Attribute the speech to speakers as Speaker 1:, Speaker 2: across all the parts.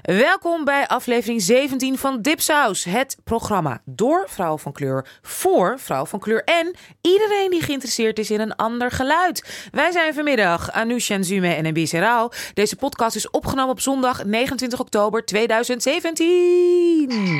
Speaker 1: Welkom bij aflevering 17 van Dipsaus. Het programma door vrouwen van kleur, voor vrouwen van kleur en iedereen die geïnteresseerd is in een ander geluid. Wij zijn vanmiddag Anousheh Nzume en Ebi Serrao. Deze podcast is opgenomen op zondag 29 oktober 2017.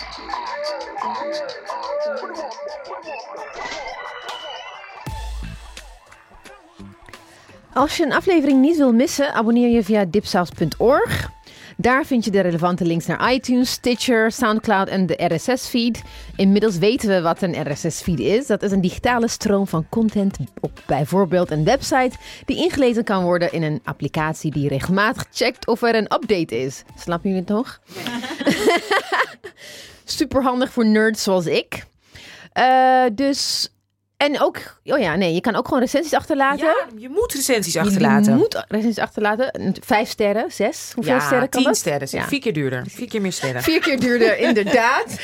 Speaker 2: Als je een aflevering niet wil missen, abonneer je via dipsaus.org. Daar vind je de relevante links naar iTunes, Stitcher, Soundcloud en de RSS-feed. Inmiddels weten we wat een RSS-feed is. Dat is een digitale stroom van content op bijvoorbeeld een website die ingelezen kan worden in een applicatie die regelmatig checkt of er een update is. Snap je het nog? Superhandig voor nerds zoals ik. En ook, je kan ook gewoon recensies achterlaten.
Speaker 1: Ja, je moet recensies achterlaten.
Speaker 2: Je moet recensies achterlaten. 5 sterren, 6. Hoeveel sterren kan
Speaker 1: 10
Speaker 2: dat?
Speaker 1: sterren. Ja. 4 keer duurder. 4 keer meer sterren.
Speaker 2: 4 keer duurder, inderdaad.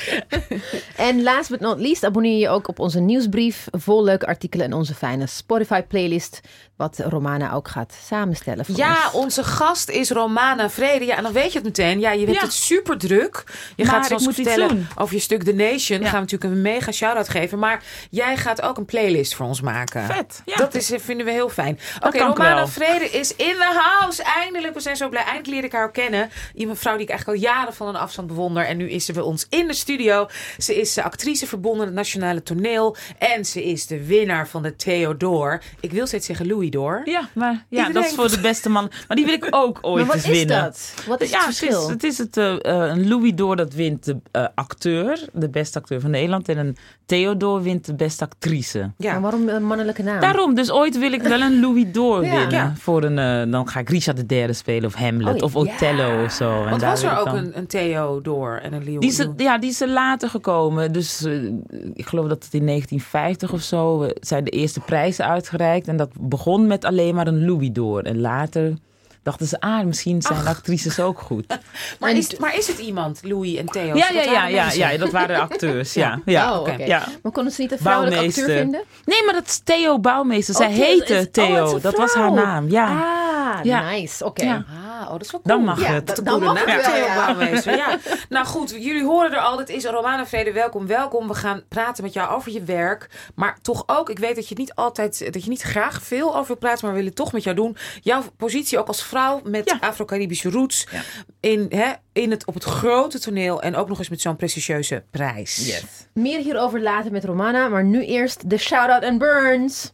Speaker 2: En last but not least abonneer je ook op onze nieuwsbrief. Vol leuke artikelen en onze fijne Spotify-playlist. Wat Romana ook gaat samenstellen voor ons.
Speaker 1: Onze gast is Romana Vrede. Ja, en dan weet je het meteen. Ja, je hebt het super druk. Je gaat ons vertellen over je stuk The Nation. Ja. Gaan we natuurlijk een mega shout-out geven. Maar jij gaat ook een playlist voor ons maken.
Speaker 3: Vet. Ja.
Speaker 1: Dat vinden we heel fijn. Oké, Romana Vrede is in the house. Eindelijk, we zijn zo blij. Eindelijk leerde ik haar kennen. Iemand vrouw die ik eigenlijk al jaren van een afstand bewonder. En nu is ze bij ons in de studio. Ze is actrice verbonden aan het Nationale Toneel. En ze is de winnaar van de Theodor. Ik wil steeds zeggen Louis d'Or.
Speaker 3: Ja, maar dat is voor de beste man. Maar die wil ik ook ooit eens winnen.
Speaker 2: Maar wat is dat? Wat is het verschil?
Speaker 3: Het is een Louis d'Or dat wint de acteur. De beste acteur van Nederland. En een Theodor wint de beste actrice.
Speaker 2: Ja. Maar waarom een mannelijke naam?
Speaker 3: Daarom, dus ooit wil ik wel een Louis d'Or winnen.
Speaker 1: Ja.
Speaker 3: Voor dan ga ik Richard III spelen of Hamlet of Othello of zo.
Speaker 1: Want was er ook een Theodor en een Louis d'Or?
Speaker 3: Die is er later gekomen. Dus ik geloof dat het in 1950 of zo zijn de eerste prijzen uitgereikt. En dat begon met alleen maar een Louis d'Or. En later dachten ze, misschien zijn actrices ook goed.
Speaker 1: Maar is het iemand, Louis en Theo?
Speaker 3: Ja, dat waren acteurs. Ja.
Speaker 2: Okay.
Speaker 3: Ja.
Speaker 2: Maar konden ze niet een vrouwelijke acteur vinden?
Speaker 3: Nee, maar dat is Theo Bouwmeester. Zij heette Theo. Dat was haar naam. Ja.
Speaker 2: Nice. Oké.
Speaker 3: Ja.
Speaker 1: Dat is wel cool.
Speaker 3: Dan mag het.
Speaker 1: Dan mag het. Theo Bouwmeester. Ja. Nou goed, jullie horen er al. Dit is Romana Vrede. Welkom. We gaan praten met jou over je werk. Maar toch ook, ik weet dat je niet graag veel over wil praten, maar we willen het toch met jou doen. Jouw positie ook als vrouw met Afro-Caribische roots. Ja. Op het grote toneel en ook nog eens met zo'n prestigieuze prijs.
Speaker 3: Yes.
Speaker 2: Meer hierover later met Romana, maar nu eerst de shout-out en burns.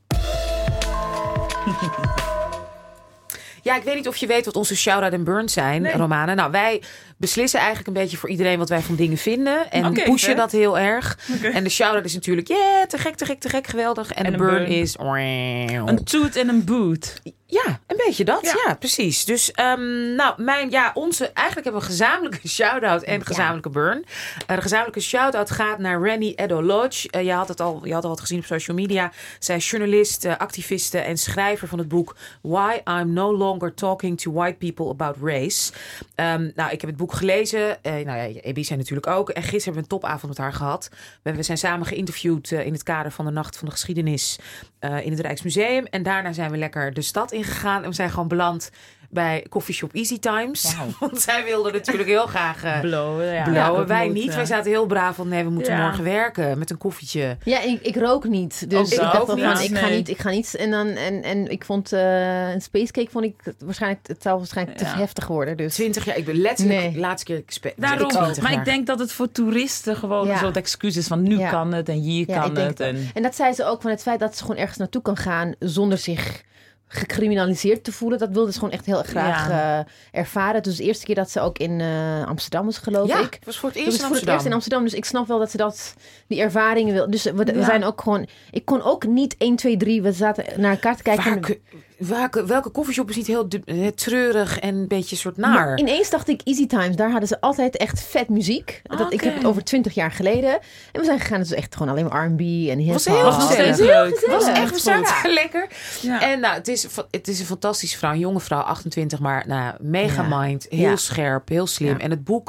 Speaker 1: Ja, ik weet niet of je weet wat onze shout-out en burns zijn, Romana. Nou, wij beslissen eigenlijk een beetje voor iedereen wat wij van dingen vinden. En pushen dat heel erg. Okay. En de shout-out is natuurlijk, te gek, geweldig. En de burn is...
Speaker 3: Een toot en een boot.
Speaker 1: Ja, een beetje dat. Ja, precies. Dus eigenlijk hebben we een gezamenlijke shout-out en gezamenlijke burn. De gezamenlijke shout-out gaat naar Rennie Edo-Lodge. Je had al wat gezien op social media. Zij is journalist, activiste en schrijver van het boek Why I'm No Longer Talking to White People About Race. Ik heb het boek gelezen. Ebi zijn natuurlijk ook. En gisteren hebben we een topavond met haar gehad. We zijn samen geïnterviewd in het kader van de Nacht van de Geschiedenis in het Rijksmuseum. En daarna zijn we lekker de stad ingegaan. En we zijn gewoon beland bij Coffeeshop Easy Times. Wow. Want zij wilden natuurlijk heel graag blowen. Wij niet. Wij zaten heel braaf van we moeten morgen werken met een koffietje.
Speaker 2: Ja, ik rook niet. Dus ik dacht ik ga niet. En ik vond een spacecake het zou waarschijnlijk te heftig worden. Dus
Speaker 1: 20 jaar. Ik ben letterlijk de laatste keer
Speaker 3: daarom. Maar ik denk dat het voor toeristen gewoon een soort excuus is van nu kan het en hier kan het.
Speaker 2: En dat zei ze ook van het feit dat ze gewoon ergens naartoe kan gaan zonder zich gecriminaliseerd te voelen. Dat wilde ze gewoon echt heel graag ervaren. Dus de eerste keer dat ze ook in Amsterdam was, geloof ik.
Speaker 1: Het was voor het eerst
Speaker 2: in Amsterdam. Dus ik snap wel dat ze die ervaringen wil. Dus we zijn ook gewoon... Ik kon ook niet 1, 2, 3... We zaten naar elkaar te kijken.
Speaker 1: Welke koffieshop is niet heel treurig en een beetje soort naar?
Speaker 2: Maar ineens dacht ik Easy Times. Daar hadden ze altijd echt vet muziek. Ik heb het over 20 jaar geleden. En we zijn gegaan. Het was echt gewoon alleen maar R&B en hip-hop.
Speaker 1: Was
Speaker 3: heel leuk.
Speaker 1: Het was echt gezellig. Lekker.
Speaker 3: Ja.
Speaker 1: En het is een fantastische vrouw. Een jonge vrouw, 28. Maar mega mind. Heel scherp, heel slim. Ja. En het boek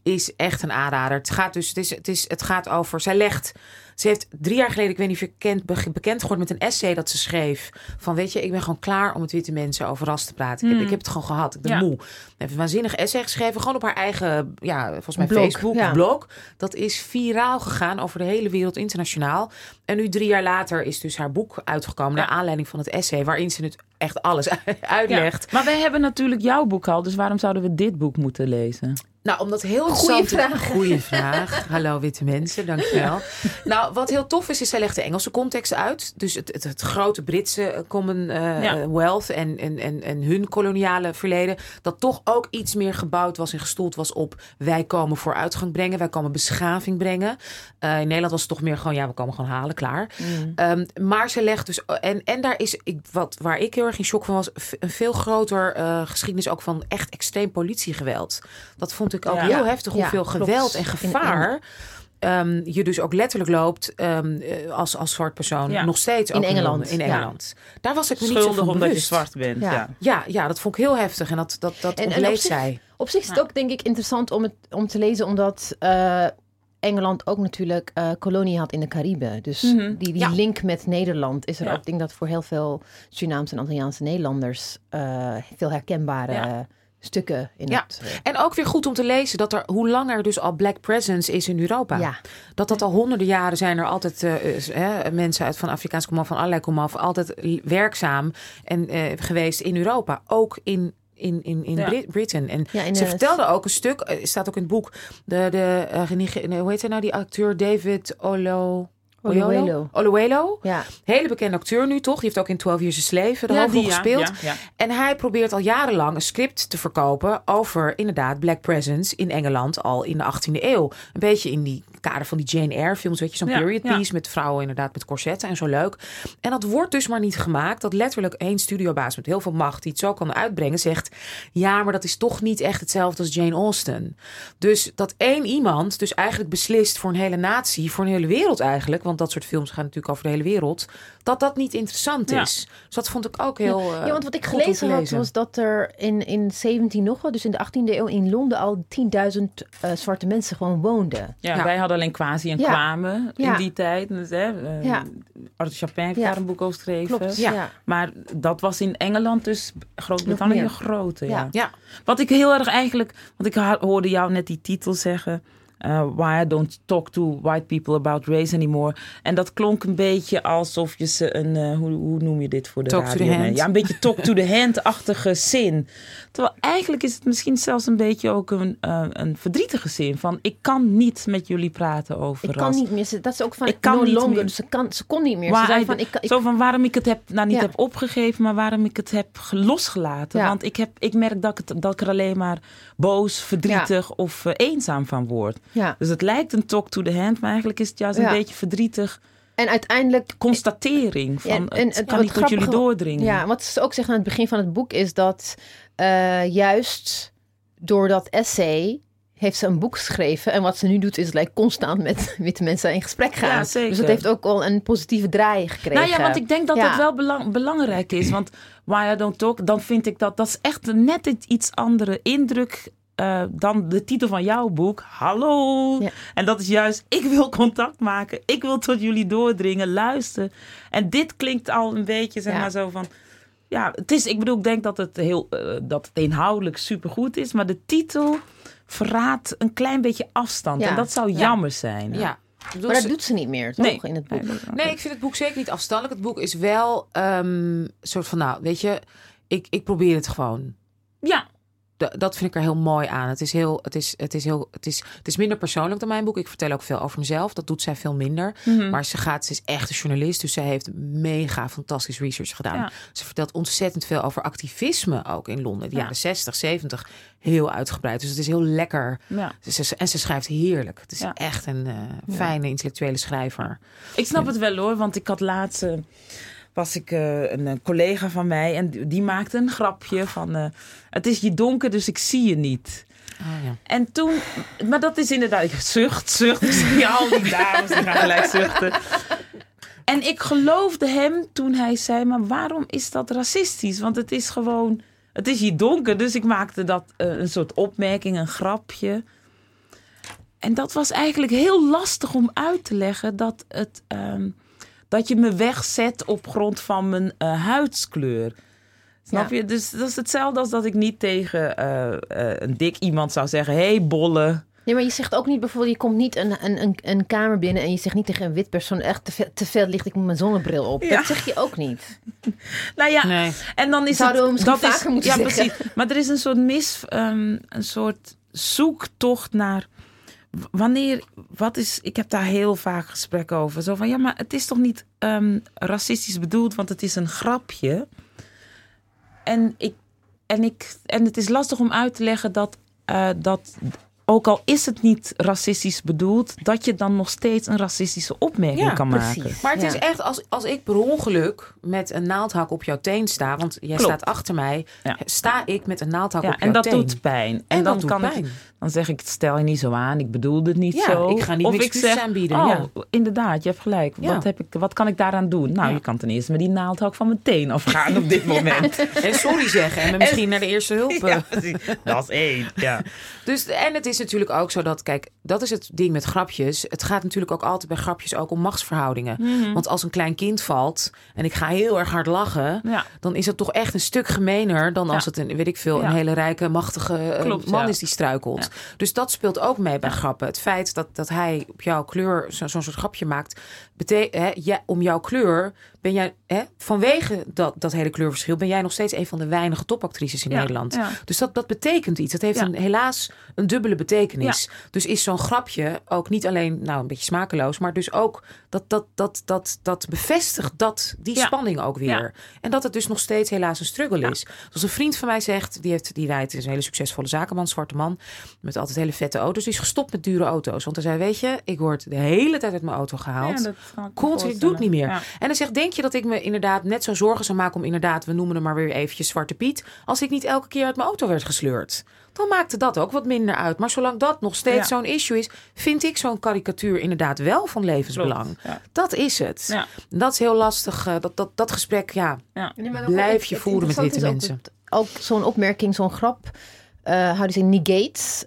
Speaker 1: is echt een aanrader. Het gaat over... Ze heeft 3 jaar geleden, ik weet niet of je bekend geworden met een essay dat ze schreef. Van weet je, ik ben gewoon klaar om met witte mensen over ras te praten. Ik heb het gewoon gehad. Ik ben moe. Ze heeft een waanzinnig essay geschreven. Gewoon op haar eigen, volgens mij Facebook blog. Dat is viraal gegaan over de hele wereld internationaal. En nu 3 jaar later is dus haar boek uitgekomen. Naar aanleiding van het essay. Waarin ze het echt alles uitlegt.
Speaker 3: Ja. Maar wij hebben natuurlijk jouw boek al. Dus waarom zouden we dit boek moeten lezen?
Speaker 1: Nou, omdat heel Goeie vraag. Hallo witte mensen, dankjewel. Nou, wat heel tof is zij legt de Engelse context uit. Dus het grote Britse Commonwealth en hun koloniale verleden. Dat toch ook iets meer gebouwd was en gestoeld was op wij komen vooruitgang brengen. Wij komen beschaving brengen. In Nederland was het toch meer gewoon we komen gewoon halen, klaar. Maar ze legt dus... En daar is, waar ik heel erg in shock van was... een veel groter geschiedenis ook van echt extreem politiegeweld. Dat vond ik ook heel heftig hoeveel geweld en gevaar je dus ook letterlijk loopt als zwart persoon. Nog steeds ook
Speaker 2: in Engeland.
Speaker 1: Daar was ik me niet zo van bewust.
Speaker 3: Omdat je zwart bent.
Speaker 1: Ja, dat vond ik heel heftig. En dat ontleed zij.
Speaker 2: Op zich is het ook denk ik interessant om te lezen, omdat Engeland ook natuurlijk kolonie had in de Cariben. Dus die link met Nederland is er ook. Ik denk dat voor heel veel Surinaamse en Antilliaanse Nederlanders veel herkenbare stukken in het...
Speaker 1: En ook weer goed om te lezen dat hoe lang er dus al black presence is in Europa. Ja. Dat al honderden jaren zijn er altijd mensen van Afrikaans komaf, van allerlei komaf, altijd werkzaam en geweest in Europa. Ook in Britain. En ze vertelde ook een stuk, staat ook in het boek, hoe heet hij nou, die acteur David Oluwelo. Ja. Hele bekende acteur nu toch? Die heeft ook in 12 Years a Slave de hoofdrol gespeeld. Ja. En hij probeert al jarenlang een script te verkopen over inderdaad black presence in Engeland al in de 18e eeuw. Een beetje in die kader van die Jane Eyre films, weet je, zo'n period piece met vrouwen inderdaad met corsetten en zo leuk. En dat wordt dus maar niet gemaakt. Dat letterlijk één studiobaas met heel veel macht die het zo kan uitbrengen zegt, ja, maar dat is toch niet echt hetzelfde als Jane Austen. Dus dat één iemand dus eigenlijk beslist voor een hele natie, voor een hele wereld eigenlijk, want dat soort films gaan natuurlijk over de hele wereld, dat niet interessant is. Dus dat vond ik ook heel
Speaker 2: want wat ik gelezen had was dat er in 17 nog wel, dus in de 18e eeuw in Londen al 10.000 zwarte mensen gewoon woonden.
Speaker 3: Ja, wij hadden alleen Kwasi en Kwame in die tijd. Dus, Arthur Chapin heeft daar een boek over geschreven.
Speaker 2: Klopt,
Speaker 3: Maar dat was in Engeland dus Groot-Brittannië grote. Ja. Wat ik heel erg eigenlijk, want ik hoorde jou net die titel zeggen, Why I Don't Talk to White People About Race Anymore. En dat klonk een beetje alsof je ze een... hoe noem je dit voor de
Speaker 1: talk
Speaker 3: radio?
Speaker 1: To the hand.
Speaker 3: Ja, een beetje talk to the hand-achtige zin. Terwijl eigenlijk is het misschien zelfs een beetje ook een verdrietige zin. Van, ik kan niet met jullie praten over ras.
Speaker 2: Ik kan niet meer. Dat is ook van
Speaker 3: ik kan niet
Speaker 2: longer.
Speaker 3: meer.
Speaker 2: Dus ze kon niet meer. Ze zei van,
Speaker 3: waarom ik het heb opgegeven, maar waarom ik het heb losgelaten. Want ik merk dat ik er alleen maar boos, verdrietig of eenzaam van word. Ja. Dus het lijkt een talk to the hand, maar eigenlijk is het juist een beetje verdrietig.
Speaker 2: En uiteindelijk
Speaker 3: constatering van het kan niet tot jullie doordringen.
Speaker 2: Ja, wat ze ook zeggen aan het begin van het boek is dat juist door dat essay heeft ze een boek geschreven. En wat ze nu doet is constant met witte mensen in gesprek gaan.
Speaker 3: Ja, zeker.
Speaker 2: Dus dat heeft ook al een positieve draai gekregen.
Speaker 3: Nou ja, want ik denk dat dat wel belangrijk is. Want Why I Don't Talk, dan vind ik dat is echt net iets andere indruk dan de titel van jouw boek. Hallo! Ja. En dat is juist, ik wil contact maken. Ik wil tot jullie doordringen, luisteren. En dit klinkt al een beetje, zeg maar zo van... Ja, het is, ik denk dat het dat het inhoudelijk supergoed is. Maar de titel verraadt een klein beetje afstand. Ja. En dat zou jammer zijn. Hè?
Speaker 2: Ja. Maar dat doet ze niet meer, toch? In het boek.
Speaker 1: Nee, ik vind het boek zeker niet afstandelijk. Het boek is wel soort van, weet je, ik probeer het gewoon. Ja. Dat vind ik er heel mooi aan. Het is minder persoonlijk dan mijn boek. Ik vertel ook veel over mezelf. Dat doet zij veel minder. Mm-hmm. Maar ze is echt een journalist. Dus zij heeft mega fantastisch research gedaan. Ja. Ze vertelt ontzettend veel over activisme ook in Londen. De jaren 60, 70. Heel uitgebreid. Dus het is heel lekker. Ja. En ze schrijft heerlijk. Het is echt een fijne intellectuele schrijver.
Speaker 3: Ik snap het wel hoor. Want ik had laatst... was ik een collega van mij en die maakte een grapje van... het is je donker, dus ik zie je niet. Oh, ja. En toen... Maar dat is inderdaad... Zucht. Ik zie al die dames, die gaan gelijk zuchten. En ik geloofde hem toen hij zei... Maar waarom is dat racistisch? Want het is gewoon... Het is je donker, dus ik maakte dat een soort opmerking, een grapje... En dat was eigenlijk heel lastig om uit te leggen dat je me wegzet op grond van mijn huidskleur. Snap je? Dus dat is hetzelfde als dat ik niet tegen een dik iemand zou zeggen... Hey, bolle.
Speaker 2: Nee, maar je zegt ook niet bijvoorbeeld... Je komt niet een kamer binnen en je zegt niet tegen een wit persoon... Echt te veel licht, ik moet mijn zonnebril op. Ja. Dat zeg je ook niet.
Speaker 3: Nou ja, nee. En dan is
Speaker 2: Zouden
Speaker 3: het...
Speaker 2: we dat vaker moeten zeggen.
Speaker 3: Precies. Maar er is een soort een soort zoektocht naar... Ik heb daar heel vaak gesprekken over. Zo van, maar het is toch niet racistisch bedoeld... want het is een grapje... En het is lastig om uit te leggen dat ook al is het niet racistisch bedoeld, dat je dan nog steeds een racistische opmerking kan maken.
Speaker 2: Precies.
Speaker 1: Maar het is echt als ik per ongeluk met een naaldhak op jouw teen sta, want jij staat achter mij, sta ik met een naaldhak op jouw teen.
Speaker 3: En dat doet pijn. En dan
Speaker 1: doet pijn.
Speaker 3: Dan zeg ik, stel je niet zo aan, ik bedoelde het niet zo.
Speaker 1: Ik ga niet mijn excuses aanbieden.
Speaker 3: Inderdaad, je hebt gelijk.
Speaker 1: Ja.
Speaker 3: Wat kan ik daaraan doen? Nou, je kan ten eerste met die naaldhak van mijn teen afgaan op dit moment.
Speaker 1: En sorry zeggen en misschien naar de eerste hulp.
Speaker 3: Ja, dat is één. Ja.
Speaker 1: Dus, en het is natuurlijk ook zo dat, kijk, dat is het ding met grapjes. Het gaat natuurlijk ook altijd bij grapjes ook om machtsverhoudingen. Mm-hmm. Want als een klein kind valt en ik ga heel erg hard lachen, dan is het toch echt een stuk gemener dan als het een hele rijke, machtige man is die struikelt. Ja. Dus dat speelt ook mee bij grappen. Het feit dat hij op jouw kleur zo'n soort grapje maakt, om jouw kleur ben jij, vanwege dat hele kleurverschil, ben jij nog steeds een van de weinige topactrices in Nederland. Ja. Dus dat betekent iets. Dat heeft helaas een dubbele betekenis. Ja. Dus is zo'n grapje ook niet alleen een beetje smakeloos, maar dus ook dat bevestigt die spanning ook weer. Ja. En dat het dus nog steeds helaas een struggle is. Zoals een vriend van mij zegt, die rijdt, is een hele succesvolle zakenman, zwarte man, met altijd hele vette auto's. Die is gestopt met dure auto's. Want hij zei, weet je, ik word de hele tijd uit mijn auto gehaald. Continu, ik doe het niet meer. Ja. En hij zegt, denk je dat ik me inderdaad net zo zorgen zou maken om inderdaad, we noemen hem maar weer eventjes Zwarte Piet, als ik niet elke keer uit mijn auto werd gesleurd? Dan maakte dat ook wat minder uit. Maar zolang dat nog steeds zo'n issue is, vind ik zo'n karikatuur inderdaad wel van levensbelang. Ja. Dat is het. Ja. Dat is heel lastig. Dat gesprek, blijf je voeren met witte mensen.
Speaker 2: Ook zo'n opmerking, zo'n grap, how do you say, negates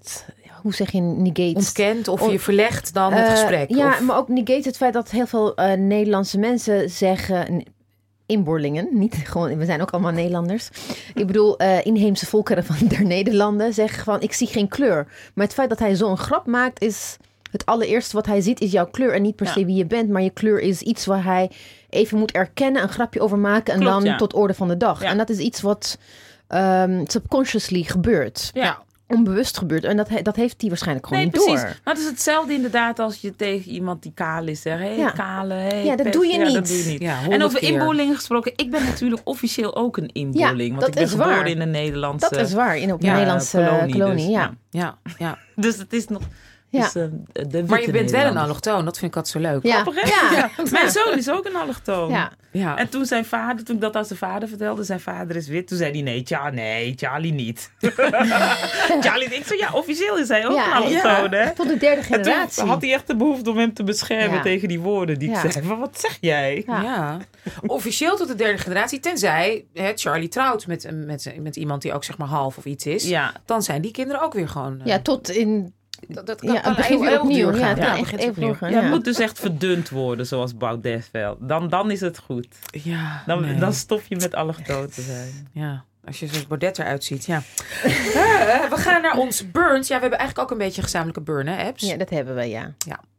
Speaker 2: hoe zeg je negate?
Speaker 1: Ontkent of je verlegt dan het gesprek.
Speaker 2: Ja,
Speaker 1: of...
Speaker 2: maar ook negate het feit dat heel veel Nederlandse mensen zeggen, inboorlingen, niet gewoon, we zijn ook allemaal Nederlanders. Ik bedoel, inheemse volkeren van der Nederlanden zeggen gewoon, ik zie geen kleur. Maar het feit dat hij zo'n grap maakt, is het allereerste wat hij ziet, is jouw kleur en niet per se wie je bent. Maar je kleur is iets waar hij even moet erkennen, een grapje over maken en dan tot orde van de dag. Ja. En dat is iets wat subconsciously gebeurt. Ja. Onbewust gebeurt. En dat heeft hij waarschijnlijk gewoon niet door.
Speaker 3: Maar het is hetzelfde inderdaad als je tegen iemand die kaal is zegt, kale,
Speaker 2: dat doe je niet.
Speaker 3: Dat doe je niet. Ja, en over inboorlingen gesproken, ik ben natuurlijk officieel ook een inboorling. Want ik ben geboren in een Nederlandse...
Speaker 2: Dat is waar, in een Nederlandse kolonie.
Speaker 3: Dus, dus het is nog...
Speaker 1: Ja. Dus, maar je bent wel een allochtoon, dat vind ik altijd zo leuk.
Speaker 3: Ja. Mijn zoon is ook een allochtoon. Ja. En toen ik dat aan zijn vader vertelde, zijn vader is wit, toen zei hij nee, Charlie niet. Charlie, ik zei, officieel is hij ook een allochtoon. Hè?
Speaker 2: Tot de derde generatie.
Speaker 3: En toen had hij echt de behoefte om hem te beschermen tegen die woorden die ik zei. Maar wat zeg jij?
Speaker 1: Ja. Officieel tot de derde generatie, tenzij Charlie trouwt met iemand die ook zeg maar half of iets is. Ja. Dan zijn die kinderen ook weer gewoon...
Speaker 2: tot in...
Speaker 1: Dat kan even opnieuw gaan.
Speaker 3: Het moet dus echt verdund worden, zoals Baudet wel. Dan is het goed.
Speaker 1: Ja,
Speaker 3: dan stop je met allochtoon te zijn.
Speaker 1: Ja, als je zoals Baudet eruit ziet. Ja. We gaan naar ons burns. Ja, we hebben eigenlijk ook een beetje gezamenlijke burn, hè, Abs?
Speaker 2: Ja, dat hebben we, ja.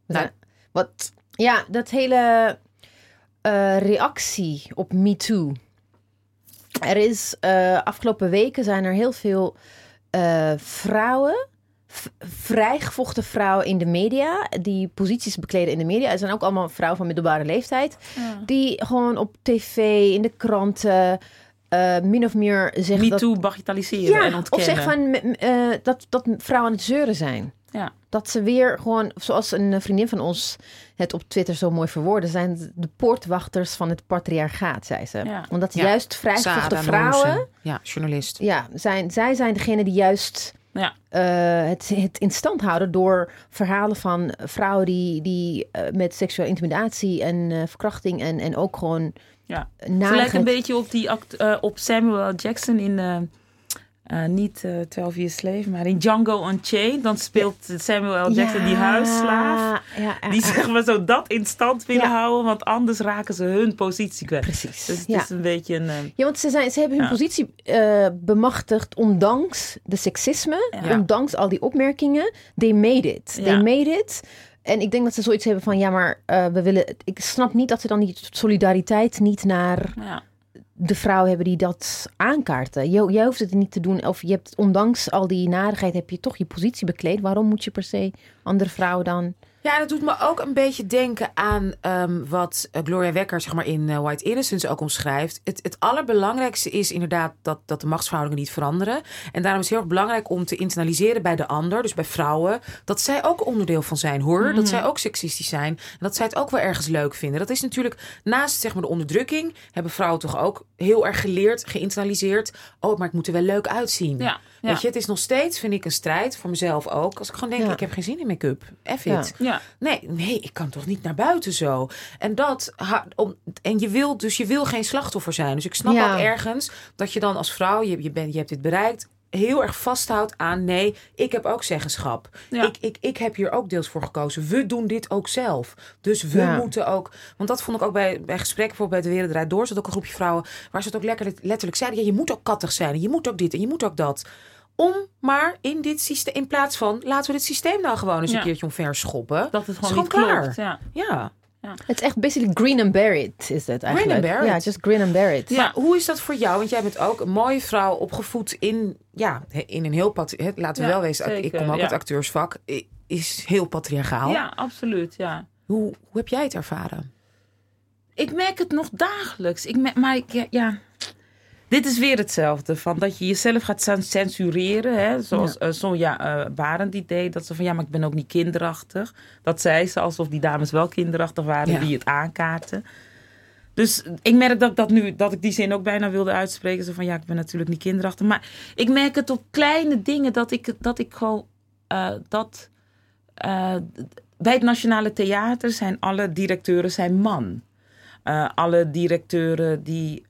Speaker 2: Dat hele reactie op MeToo. Er is afgelopen weken zijn er heel veel vrouwen, vrijgevochten vrouwen in de media, die posities bekleden in de media. Er zijn ook allemaal vrouwen van middelbare leeftijd, die gewoon op tv, in de kranten, min of meer zeggen
Speaker 3: MeToo bagatelliseren en ontkennen.
Speaker 2: Of zeggen dat vrouwen aan het zeuren zijn. Ja. Dat ze weer gewoon, zoals een vriendin van ons het op Twitter zo mooi verwoordde, zijn de poortwachters van het patriarchaat, zei ze. Ja. Omdat juist vrijgevochten vrouwen,
Speaker 1: journalist.
Speaker 2: Zij zijn degene die juist het in stand houden door verhalen van vrouwen die met seksuele intimidatie en verkrachting en ook gewoon...
Speaker 3: Ja. Ze lijkt een beetje op op Samuel Jackson in Niet 12 Years Slave, maar in Django Unchained. Dan speelt Samuel L. Jackson die huisslaaf. Die zeg maar zo dat in stand willen houden. Want anders raken ze hun positie kwijt.
Speaker 2: Precies.
Speaker 3: Dus het is een beetje een...
Speaker 2: Ja, want ze hebben hun positie bemachtigd ondanks de seksisme.
Speaker 3: Ja.
Speaker 2: Ondanks al die opmerkingen. They made it.
Speaker 3: Ja.
Speaker 2: They made it. En ik denk dat ze zoiets hebben van... Ja, maar we willen... Ik snap niet dat ze dan die solidariteit niet naar...
Speaker 3: Ja.
Speaker 2: de vrouw hebben die dat aankaarten. Jij hoeft het niet te doen. Of je hebt, ondanks al die narigheid, heb je toch je positie bekleed. Waarom moet je per se andere vrouwen dan...
Speaker 1: Ja, dat doet me ook een beetje denken aan wat Gloria Wekker zeg maar, in White Innocence ook omschrijft. Het allerbelangrijkste is inderdaad dat de machtsverhoudingen niet veranderen. En daarom is het heel erg belangrijk om te internaliseren bij de ander, dus bij vrouwen, dat zij ook onderdeel van zijn, hoor. Mm-hmm. Dat zij ook seksistisch zijn. En dat zij het ook wel ergens leuk vinden. Dat is natuurlijk, naast zeg maar, de onderdrukking, hebben vrouwen toch ook heel erg geleerd, geïnternaliseerd. Oh, maar ik moet er wel leuk uitzien.
Speaker 3: Ja.
Speaker 1: Weet je, het is nog steeds, vind ik, een strijd voor mezelf ook. Als ik gewoon denk, ik heb geen zin in make-up. F it.
Speaker 3: Ja.
Speaker 1: Nee, ik kan toch niet naar buiten zo. En je wil geen slachtoffer zijn. Dus ik snap ook ergens dat je dan als vrouw, je hebt dit bereikt, heel erg vasthoudt aan nee, ik heb ook zeggenschap. Ja. Ik heb hier ook deels voor gekozen. We doen dit ook zelf. Dus we moeten ook... Want dat vond ik ook bij gesprekken bijvoorbeeld bij De Wereld Draait Door. Zat ook een groepje vrouwen waar ze het ook letterlijk zeiden. Ja, je moet ook kattig zijn. En je moet ook dit en je moet ook dat. Om maar in dit systeem, in plaats van laten we dit systeem nou gewoon eens een keertje omver schoppen.
Speaker 3: Dat het gewoon niet klopt.
Speaker 1: Ja.
Speaker 2: Ja. Het is echt basically green and bear it, is het eigenlijk.
Speaker 1: Green and bear it.
Speaker 2: Ja, just green and bear it.
Speaker 1: Ja. Maar hoe is dat voor jou? Want jij bent ook een mooie vrouw, opgevoed in een heel... Laten we wel wezen, zeker, ik kom ook uit het acteursvak. Is heel patriarchaal.
Speaker 3: Ja, absoluut, ja.
Speaker 1: Hoe heb jij het ervaren?
Speaker 3: Ik merk het nog dagelijks. Dit is weer hetzelfde. Van dat je jezelf gaat censureren. Hè? Zoals Sonja Barend die deed. Dat ze van maar ik ben ook niet kinderachtig. Dat zei ze alsof die dames wel kinderachtig waren die het aankaarten. Dus ik merk dat ik die zin ook bijna wilde uitspreken. Zo van ik ben natuurlijk niet kinderachtig. Maar ik merk het op kleine dingen dat ik gewoon... bij het Nationale Theater zijn alle directeuren zijn man. Alle directeuren die...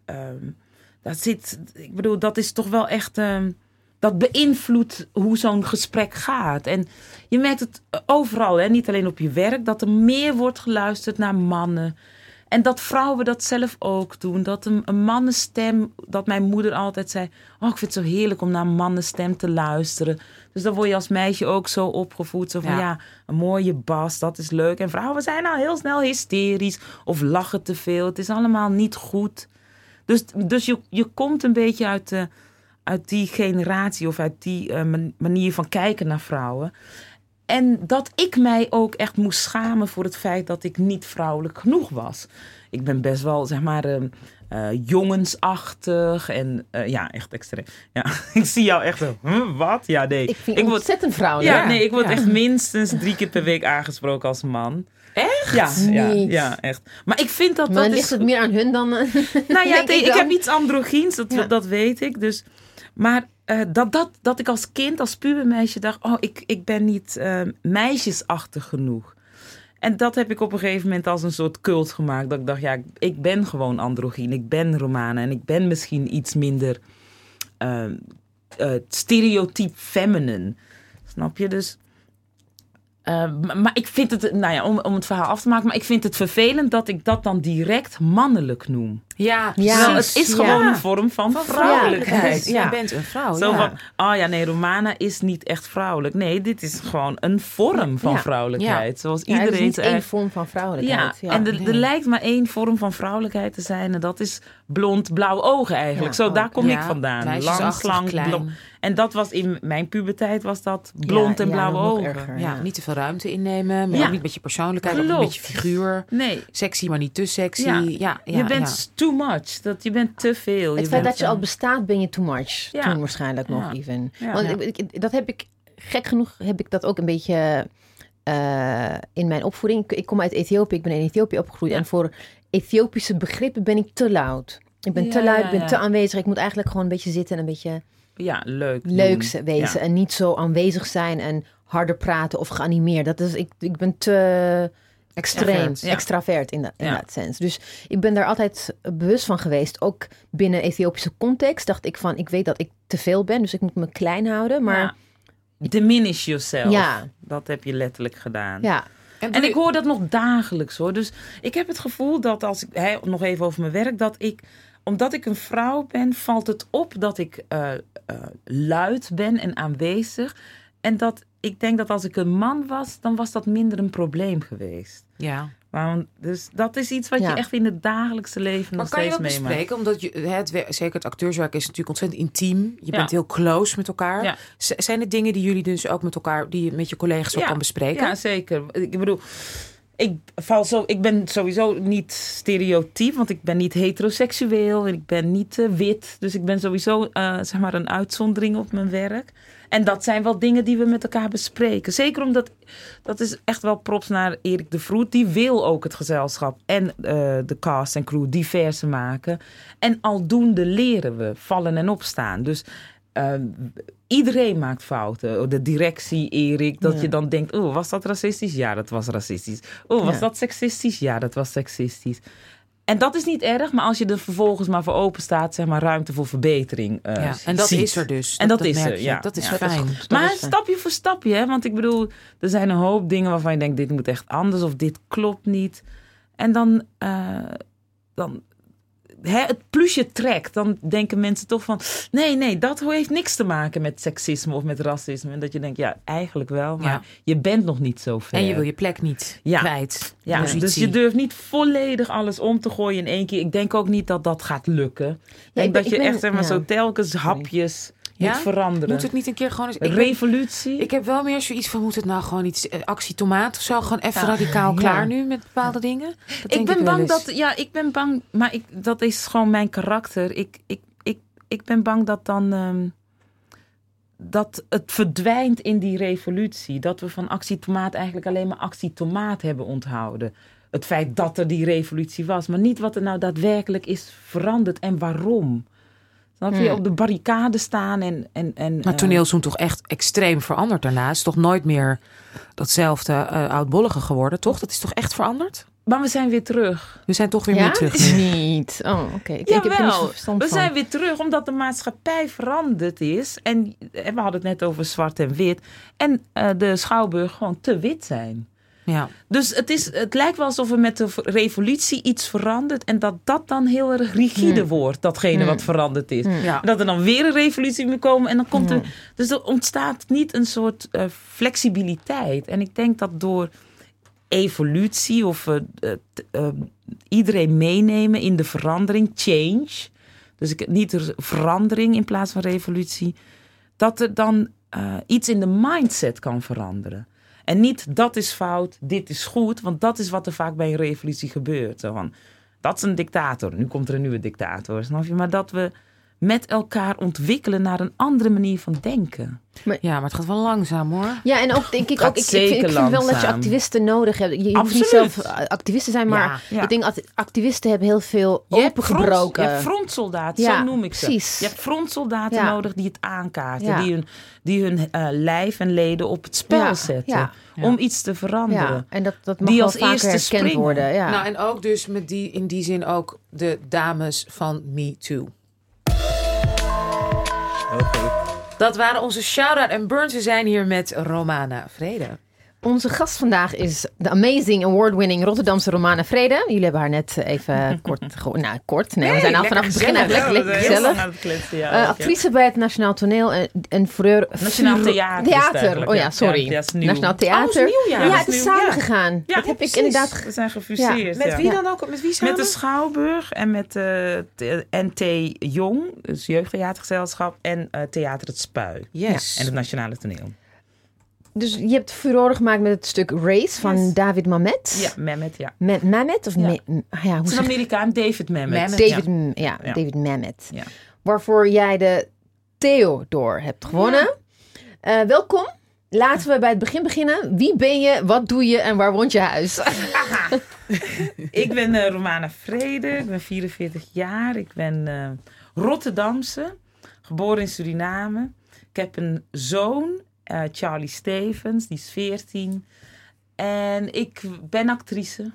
Speaker 3: dat is toch wel echt... dat beïnvloedt hoe zo'n gesprek gaat. En je merkt het overal, hè? Niet alleen op je werk... dat er meer wordt geluisterd naar mannen. En dat vrouwen dat zelf ook doen. Dat een mannenstem... Dat mijn moeder altijd zei... Oh, ik vind het zo heerlijk om naar een mannenstem te luisteren. Dus dan word je als meisje ook zo opgevoed. Zo van een mooie bas, dat is leuk. En vrouwen zijn al heel snel hysterisch. Of lachen te veel. Het is allemaal niet goed... Dus je komt een beetje uit die generatie of uit die manier van kijken naar vrouwen. En dat ik mij ook echt moest schamen voor het feit dat ik niet vrouwelijk genoeg was. Ik ben best wel, zeg maar, jongensachtig en echt extreem. Ja, ik zie jou echt zo, wat? Ja, nee.
Speaker 2: Ik vind het ontzettend vrouwelijk.
Speaker 3: Ja, nee, ik word echt minstens 3 keer per week aangesproken als man.
Speaker 1: Echt?
Speaker 3: Ja, echt. Maar ik vind dat...
Speaker 2: Maar ligt het meer aan hun dan...
Speaker 3: ik heb iets androgyns, dat weet ik. Dus, maar dat ik als kind, als pubermeisje dacht... Oh, ik ben niet meisjesachtig genoeg. En dat heb ik op een gegeven moment als een soort cult gemaakt. Dat ik dacht, ik ben gewoon androgyn. Ik ben Romana en ik ben misschien iets minder stereotyp feminine. Snap je? Dus... maar ik vind het, om het verhaal af te maken... maar ik vind het vervelend dat ik dat dan direct mannelijk noem.
Speaker 1: Ja,
Speaker 3: terwijl het is gewoon een vorm van vrouwelijkheid.
Speaker 1: Ja. Jij bent een vrouw,
Speaker 3: Zo van, Romana is niet echt vrouwelijk. Nee, dit is gewoon een vorm van vrouwelijkheid. Ja. Zoals iedereen...
Speaker 2: Er is niet één vorm van vrouwelijkheid.
Speaker 3: En er lijkt maar één vorm van vrouwelijkheid te zijn... en dat is blond, blauwe ogen eigenlijk. Zo, daar kom ik vandaan. Lang, slank, blond. En dat was in mijn puberteit was dat blond en blauwe ogen.
Speaker 1: Erger, niet te veel ruimte innemen. Maar ook niet met je persoonlijkheid. Ook niet met je figuur.
Speaker 3: Nee.
Speaker 1: Sexy, maar niet te sexy.
Speaker 3: Je bent too much. Je bent te veel.
Speaker 2: Het feit dat je al bestaat, ben je too much. Toen waarschijnlijk nog even. Ja. Want dat heb ik... Gek genoeg heb ik dat ook een beetje... in mijn opvoeding. Ik kom uit Ethiopië. Ik ben in Ethiopië opgegroeid. En voor Ethiopische begrippen ben ik te luid. Ik ben te luid, ik ben te aanwezig. Ik moet eigenlijk gewoon een beetje zitten en een beetje... leuk wezen. En niet zo aanwezig zijn en harder praten of geanimeerd. Dat is, ik ben te... extreem, extravert in dat sens. Dus ik ben daar altijd bewust van geweest. Ook binnen Ethiopische context dacht ik van, ik weet dat ik te veel ben, dus ik moet me klein houden. Maar
Speaker 3: diminish yourself.
Speaker 2: Ja.
Speaker 3: Dat heb je letterlijk gedaan.
Speaker 2: Ja.
Speaker 3: En ik hoor dat nog dagelijks hoor. Dus ik heb het gevoel dat als ik, nog even over mijn werk, dat ik, omdat ik een vrouw ben, valt het op dat ik luid ben en aanwezig. En dat ik denk dat als ik een man was, dan was dat minder een probleem geweest.
Speaker 1: Ja.
Speaker 3: Dus dat is iets wat je echt in het dagelijkse leven nog steeds meemaakt.
Speaker 1: Maar kan je dat bespreken? Omdat zeker het acteurswerk is natuurlijk ontzettend intiem. Je bent heel close met elkaar. Ja. Zijn er dingen die jullie dus ook met elkaar, die je met je collega's ook kan bespreken?
Speaker 3: Ja, zeker. Ik bedoel, ik ben sowieso niet stereotyp, want ik ben niet heteroseksueel en ik ben niet wit. Dus ik ben sowieso zeg maar een uitzondering op mijn werk. En dat zijn wel dingen die we met elkaar bespreken. Zeker omdat, dat is echt wel props naar Erik de Vroet. Die wil ook het gezelschap en de cast en crew diverser maken. En aldoende leren we vallen en opstaan. Dus iedereen maakt fouten. De directie, Erik, dat je dan denkt, was dat racistisch? Ja, dat was racistisch. Was dat seksistisch? Ja, dat was seksistisch. En dat is niet erg, maar als je er vervolgens maar voor open staat, zeg maar, ruimte voor verbetering
Speaker 1: en dat
Speaker 3: ziet.
Speaker 1: Is er dus.
Speaker 3: En dat is er, ja.
Speaker 1: Dat is fijn.
Speaker 3: Maar stapje voor stapje, hè. Want ik bedoel, er zijn een hoop dingen waarvan je denkt, dit moet echt anders of dit klopt niet. En dan het plusje trekt, dan denken mensen toch van, nee, dat heeft niks te maken met seksisme of met racisme. En dat je denkt, ja, eigenlijk wel, maar je bent nog niet zo ver.
Speaker 1: En je wil je plek niet kwijt.
Speaker 3: Ja, dus je durft niet volledig alles om te gooien in één keer. Ik denk ook niet dat dat gaat lukken. Dat je echt, zeg maar, zo telkens hapjes moet veranderen.
Speaker 1: Moet het niet een keer gewoon eens...
Speaker 3: Revolutie?
Speaker 1: Ik heb wel meer zoiets van, moet het nou gewoon iets... actie tomaat of zo? Gewoon even radicaal klaar nu met bepaalde dingen?
Speaker 3: Ik ben bang, maar dat is gewoon mijn karakter. Ik ben bang dat dan... dat het verdwijnt in die revolutie. Dat we van actie tomaat eigenlijk alleen maar actie tomaat hebben onthouden. Het feit dat er die revolutie was. Maar niet wat er nou daadwerkelijk is veranderd en waarom. Snap je? Op de barricade staan en
Speaker 1: maar toneel is toen toch echt extreem veranderd daarna. Het is toch nooit meer datzelfde oudbollige geworden, toch? Dat is toch echt veranderd?
Speaker 3: Maar we zijn weer terug.
Speaker 1: We zijn toch weer meer terug.
Speaker 2: Niet. Oh, oké. Ik heb er niet zo verstand
Speaker 3: van.
Speaker 2: We
Speaker 3: zijn weer terug omdat de maatschappij veranderd is. En we hadden het net over zwart en wit. En de Schouwburg gewoon te wit zijn. Ja. Dus het lijkt wel alsof er met de revolutie iets verandert. En dat dan heel erg rigide wordt. Datgene wat veranderd is. Ja. Dat er dan weer een revolutie moet komen. En dan komt er... Dus er ontstaat niet een soort flexibiliteit. En ik denk dat door evolutie of iedereen meenemen in de verandering, change. Dus niet de verandering in plaats van revolutie. Dat er dan iets in de mindset kan veranderen. En niet dat is fout, dit is goed. Want dat is wat er vaak bij een revolutie gebeurt. Zo van, dat is een dictator. Nu komt er een nieuwe dictator. Snap je? Maar dat we met elkaar ontwikkelen naar een andere manier van denken.
Speaker 1: Maar het gaat wel langzaam, hoor.
Speaker 2: Ja, en ook denk ik ook, ik vind wel dat je activisten nodig hebt. Je hoeft niet zelf activist te zijn, maar ik denk dat activisten hebben heel veel opengebroken.
Speaker 3: Je hebt frontsoldaten, zo noem ik ze. Precies. Je hebt frontsoldaten nodig die het aankaarten, die hun lijf en leden op het spel zetten. Om iets te veranderen.
Speaker 2: Ja, en dat mag die als vaker herkend worden. Ja.
Speaker 1: Nou, en ook dus in die zin ook de dames van Me Too. Dat waren onze shout-out en burns. We zijn hier met Romana Vrede.
Speaker 2: Onze gast vandaag is de amazing award-winning Rotterdamse Romana Vrede. Jullie hebben haar net even kort. Nee, we zijn al vanaf het begin eigenlijk lekker gezellig. Actrice bij het Nationaal Toneel en
Speaker 3: Nationaal Theater.
Speaker 2: Oh ja, sorry. Nationaal Theater. Het is samen gegaan.
Speaker 3: Ja,
Speaker 2: dat heb ik inderdaad.
Speaker 3: We zijn gefuseerd.
Speaker 1: Met wie dan ook? Met wie samen?
Speaker 3: Met de Schouwburg en met NT Jong, dus Jeugdtheatergezelschap, en Theater Het Spui.
Speaker 1: Yes.
Speaker 3: En het Nationale Toneel.
Speaker 2: Dus je hebt furore gemaakt met het stuk Race van David Mamet.
Speaker 3: Ja, Mamet, ja.
Speaker 2: Mamet? Of
Speaker 3: het is een Amerikaan, David Mamet.
Speaker 2: David Mamet. Ja. Waarvoor jij de Theodor hebt gewonnen. Ja. Welkom. Laten we bij het begin beginnen. Wie ben je, wat doe je en waar woont je huis?
Speaker 3: Ik ben Romana Vrede. Ik ben 44 jaar. Ik ben Rotterdamse. Geboren in Suriname. Ik heb een zoon. Charlie Stevens, die is 14. En ik ben actrice.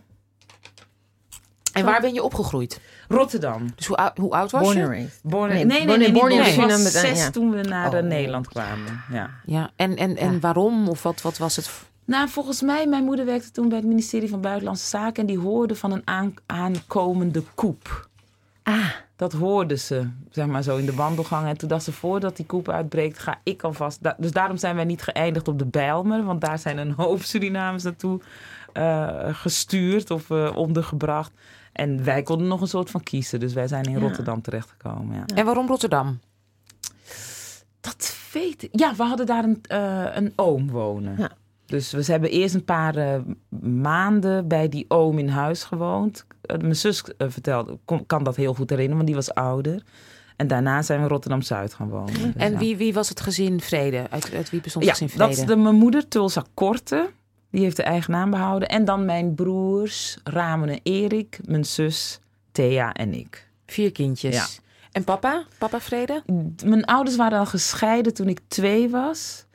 Speaker 1: En waar ben je opgegroeid?
Speaker 3: Rotterdam.
Speaker 1: Dus hoe oud was
Speaker 2: Born
Speaker 1: je?
Speaker 2: and raised.
Speaker 3: Nee.
Speaker 2: born in
Speaker 3: Ik
Speaker 2: Suriname
Speaker 3: was
Speaker 2: met-
Speaker 3: 6
Speaker 2: ja.
Speaker 3: toen we naar
Speaker 2: Oh.
Speaker 3: Nederland kwamen. Ja.
Speaker 1: Ja, en waarom? Of wat was het?
Speaker 3: Nou, volgens mij, mijn moeder werkte toen bij het ministerie van Buitenlandse Zaken. En die hoorde van een aankomende coup. Dat hoorde ze, zeg maar zo in de wandelgang. En toen dacht ze, voordat die coup uitbreekt, ga ik alvast... Dus daarom zijn wij niet geëindigd op de Bijlmer. Want daar zijn een hoop Surinamers naartoe gestuurd of ondergebracht. En wij konden nog een soort van kiezen. Dus wij zijn in Rotterdam terechtgekomen. Ja.
Speaker 1: En waarom Rotterdam?
Speaker 3: Dat weet ik. Ja, we hadden daar een oom wonen.
Speaker 2: Ja.
Speaker 3: Dus we hebben eerst een paar maanden bij die oom in huis gewoond. Mijn zus vertelde, kan dat heel goed herinneren, want die was ouder. En daarna zijn we in Rotterdam-Zuid gaan wonen. Dus
Speaker 1: En
Speaker 3: ja.
Speaker 1: wie was het gezin Vrede? Uit wie bestond het
Speaker 3: Ja,
Speaker 1: gezin
Speaker 3: dat
Speaker 1: Vrede?
Speaker 3: is mijn moeder, Tulsa Korte. Die heeft de eigen naam behouden. En dan mijn broers, Ramon en Erik, mijn zus, Thea en ik.
Speaker 1: 4 kindjes.
Speaker 3: Ja.
Speaker 1: En papa? Papa Vrede?
Speaker 3: Mijn ouders waren al gescheiden toen ik 2 was.